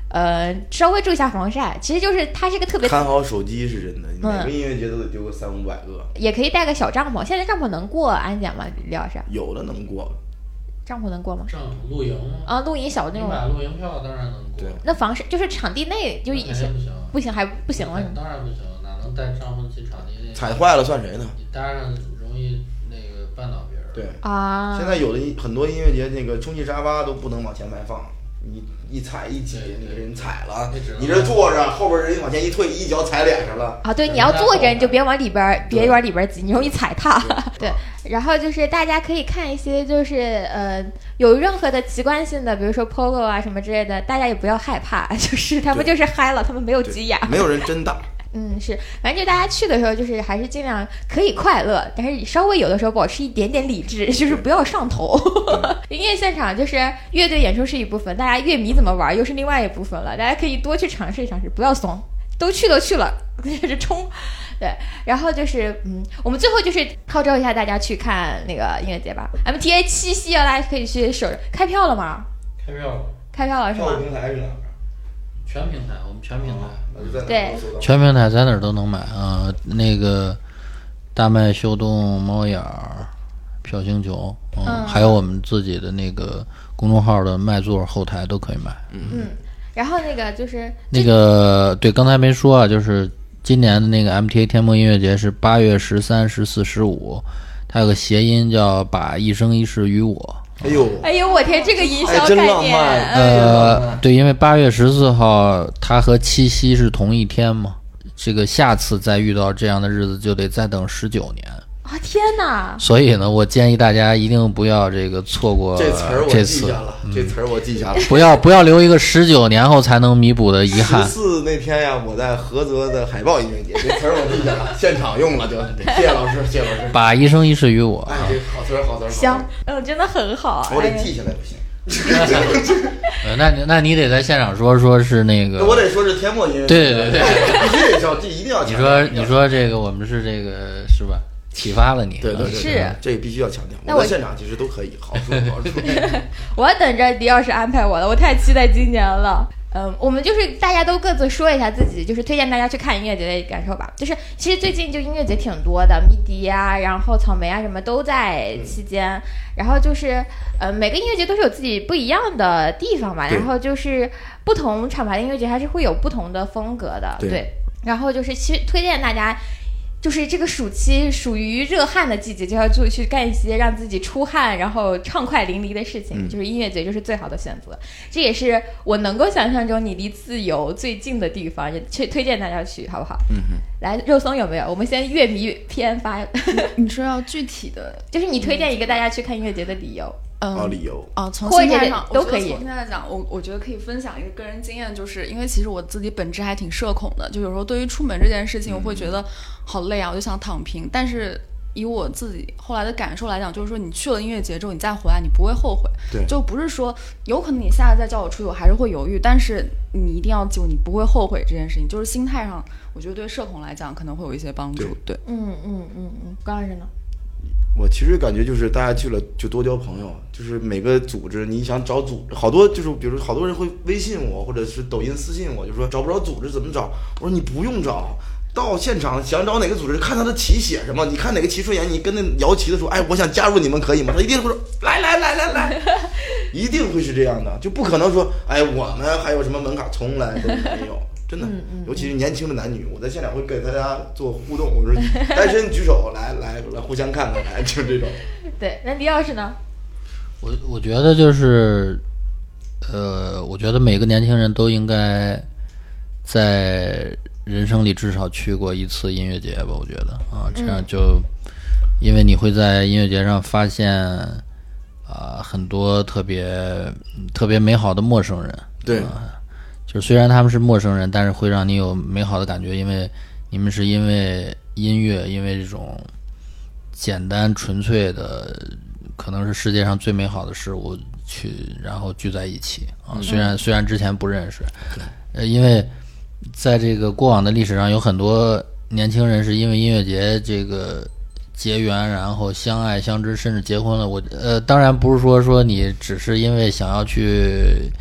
呃，稍微注意一下防晒。其实就是它是个特别看好手机是真的，你嗯每个音乐节都得丢个三五百个， 也可以带个小帐篷。现在帐篷能过安检吗？李老师， 有的能过。 帐篷能过吗？ 帐篷露营啊，露营小那种。 你买露营票当然能过。 对， 那防晒就是场地内就那一些肯定不行， 不行还不行了。 当然不行，哪能带帐篷进场地内？ 踩坏了算谁呢？ 你搭上容易那个绊倒别人。 对啊， 现在有的很多音乐节那个充气沙发都不能往前排放，你一踩一挤，你给人踩了，你这坐着，后边人往前一退，一脚踩脸上了。 啊，对，你要坐着你就别往里边别往里边挤，你容易踩踏。对，然后就是大家可以看一些就是呃有任何的奇观性的，比如说 P O G O 啊什么之类的，大家也不要害怕，就是他们就是嗨了，他们没有急眼， 没有人真打。 嗯，是，反正就大家去的时候，就是还是尽量可以快乐，但是稍微有的时候保持一点点理智，就是不要上头。音乐现场就是乐队演出是一部分，大家乐迷怎么玩又是另外一部分了，大家可以多去尝试尝试，不要怂，都去都去了，就是冲。对，然后就是嗯，我们最后就是号召一下大家去看那个音乐节吧 ，M T A 七夕啊，大家可以去守着。开票了吗？ 开票了， 开票了是吗？ 票平台是哪儿？ 全平台，我们全平台。 对， 全平台在哪儿都能买啊、呃，那个大麦、秀动、猫眼儿、票星球，嗯， 嗯还有我们自己的那个公众号的卖座后台都可以买。 嗯，然后那个就是那个对，刚才没说啊，就是今年的那个 M T A 天梦音乐节是八月十三、十四、十五，它有个谐音叫把一生一世与我。 哎呦， 哎呦我天，这个营销哎真概念， 浪漫呃，对，因为八月十四号它和七夕是同一天嘛，这个下次再遇到这样的日子就得再等十九年。 啊天哪！ 所以呢，我建议大家一定不要这个错过这词儿我这次， 记下了，这词儿我记下了。 不要不要留一个十九年后才能弥补的遗憾十。四那天呀，我在菏泽的海豹音乐节，这词儿我记下了，现场用了就。谢谢老师，谢谢老师。 把一生一世与我。 哎，这好词儿，好词儿。 香，嗯，真的很好。 我得哎记下来不行。 呃，那你那你得在现场说，说是那个， 我得说是天墨音乐节。 对对对必须得叫，这一定要强调。 你说你说这个我们是这个是吧？启发了你。 对对对， 是对这个必须要强调。 那我我在现场其实都可以，好说好说。 我等着迪奥是安排我的，我太期待今年了。嗯，我们就是大家都各自说一下自己，就是推荐大家去看音乐节的感受吧。就是其实最近就音乐节挺多的，迷笛啊，然后草莓啊什么都在期间。嗯、然后就是呃，每个音乐节都是有自己不一样的地方吧。然后就是不同厂牌的音乐节还是会有不同的风格的，对。对然后就是其实推荐大家。就是这个暑期属于热汗的季节，就要就去干一些让自己出汗然后畅快淋漓的事情、嗯、就是音乐节就是最好的选择，这也是我能够想象中你离自由最近的地方，也去推荐大家去好不好？ 嗯哼， 来肉松有没有？我们先乐迷篇发你说要具体的， 就是你推荐一个大家去看音乐节的理由。 嗯， 哦，理由啊，从心态上都可以。 从心态来讲，我我觉得可以分享一个个人经验，就是因为其实我自己本质还挺社恐的，就有时候对于出门这件事情，我会觉得好累啊，我就想躺平。但是以我自己后来的感受来讲，就是说你去了音乐节之后，你再回来，你不会后悔。 对， 就不是说有可能你下次再叫我出去，我还是会犹豫，但是你一定要记住，你不会后悔这件事情。就是心态上，我觉得对社恐来讲可能会有一些帮助。对， 对嗯嗯嗯嗯，高老师呢？ 我其实感觉就是大家去了就多交朋友，就是每个组织你想找组织，好多就是比如好多人会微信我或者是抖音私信我，就说找不着组织怎么找？我说你不用找，到现场想找哪个组织，看他的旗写什么，你看哪个旗顺眼，你跟那摇旗的说，哎，我想加入你们可以吗？他一定会说来来来来来，一定会是这样的，就不可能说哎我们还有什么门槛，从来都没有。真的，尤其是年轻的男女，我在现场会给大家做互动。我说单身举手，来来来，互相看看，来就这种。 对，那李老师呢？ 我我觉得就是，呃，我觉得每个年轻人都应该在人生里至少去过一次音乐节吧。我觉得啊，这样就，因为你会在音乐节上发现啊、呃、很多特别特别美好的陌生人。 对。 呃就是虽然他们是陌生人，但是会让你有美好的感觉，因为你们是因为音乐，因为这种简单纯粹的，可能是世界上最美好的事物去，然后聚在一起啊。虽然虽然之前不认识，呃，因为在这个过往的历史上，有很多年轻人是因为音乐节这个结缘，然后相爱相知，甚至结婚了。我呃，当然不是说说你只是因为想要去。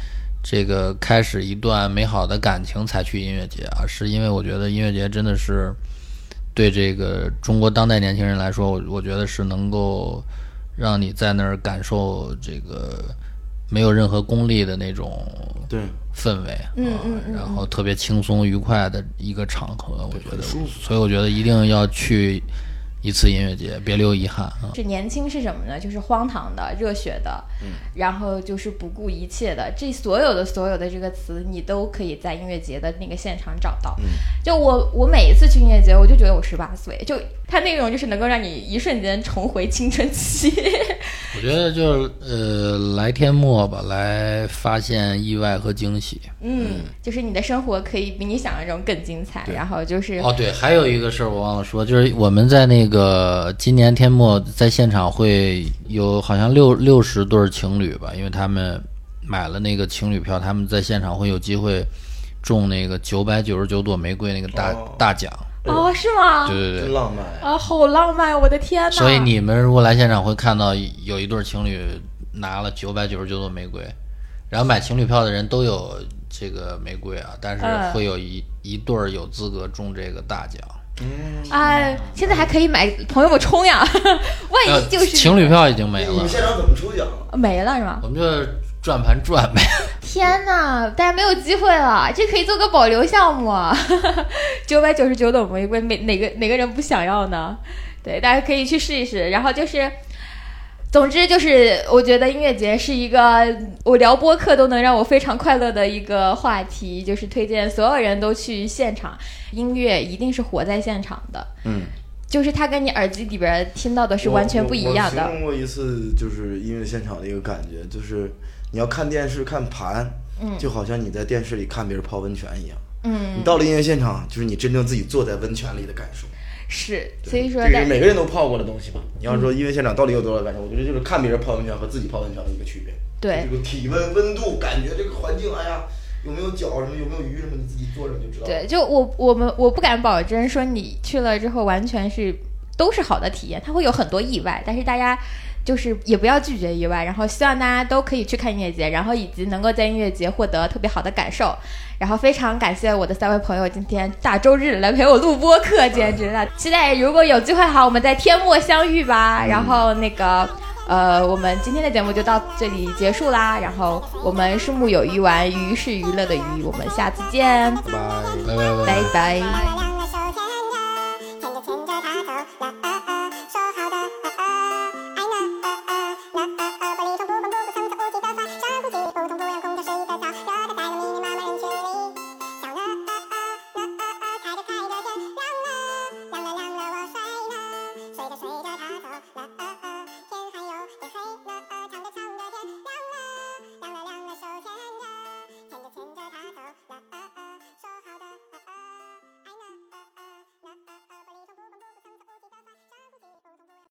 这个开始一段美好的感情才去音乐节啊，是因为我觉得音乐节真的是对这个中国当代年轻人来说，我我觉得是能够让你在那儿感受这个没有任何功利的那种对氛围， 嗯嗯嗯， 然后特别轻松愉快的一个场合，我觉得， 舒服。 所以我觉得一定要去一次音乐节，别留遗憾啊！ 是年轻是什么呢？就是荒唐的、热血的，嗯，然后就是不顾一切的。这所有的所有的这个词，你都可以在音乐节的那个现场找到。嗯，就我我每一次去音乐节，我就觉得我十八岁，就它那种就是能够让你一瞬间重回青春期。 我觉得就是呃，来天末吧，来发现意外和惊喜。 嗯，就是你的生活可以比你想象中更精彩。然后就是哦，对，还有一个事儿我忘了说，就是我们在那个今年天末在现场会有好像六六十对情侣吧，因为他们买了那个情侣票，他们在现场会有机会中那个九百九十九朵玫瑰那个大、哦、大奖。 哦，是吗？ 对对对， 真浪漫啊，好浪漫！我的天哪！ 所以你们如果来现场会看到有一对情侣拿了九百九十九朵玫瑰，然后买情侣票的人都有这个玫瑰啊，但是会有一、嗯、一对儿有资格中这个大奖。 嗯，哎，现在还可以买，朋友们冲呀！万一就是、 呃、情侣票已经没了。 你们现场怎么抽奖？ 没了是吗？ 我们就转盘转呗。 天哪，大家没有机会了，这可以做个保留项目。九百九十九朵玫瑰，每哪个哪个人不想要呢？对，大家可以去试一试。然后就是，总之就是，我觉得音乐节是一个我聊播客都能让我非常快乐的一个话题，就是推荐所有人都去现场。音乐一定是活在现场的，嗯。就是它跟你耳机里边听到的是完全不一样的。 我, 我, 我形容过一次，就是音乐现场的一个感觉，就是你要看电视看盘，嗯，就好像你在电视里看别人泡温泉一样，嗯，你到了音乐现场，就是你真正自己坐在温泉里的感受。 是，所以说这个是每个人都泡过的东西嘛。你要说音乐现场到底有多少感受，嗯、我觉得就是看别人泡温泉和自己泡温泉的一个区别。 对， 这个体温、温度、感觉这个环境，哎呀。有没有脚什么，有没有鱼什么，你自己坐着就知道了。 对，就我我们我不敢保证说你去了之后完全是都是好的体验，它会有很多意外，但是大家就是也不要拒绝意外，然后希望大家都可以去看音乐节，然后以及能够在音乐节获得特别好的感受。然后非常感谢我的三位朋友今天大周日来陪我录播客，简直了！期待如果有机会好，我们在天末相遇吧。嗯、然后那个。呃，我们今天的节目就到这里结束啦。然后我们是木有鱼丸，鱼是娱乐的鱼，我们下次见， 拜拜拜拜拜拜。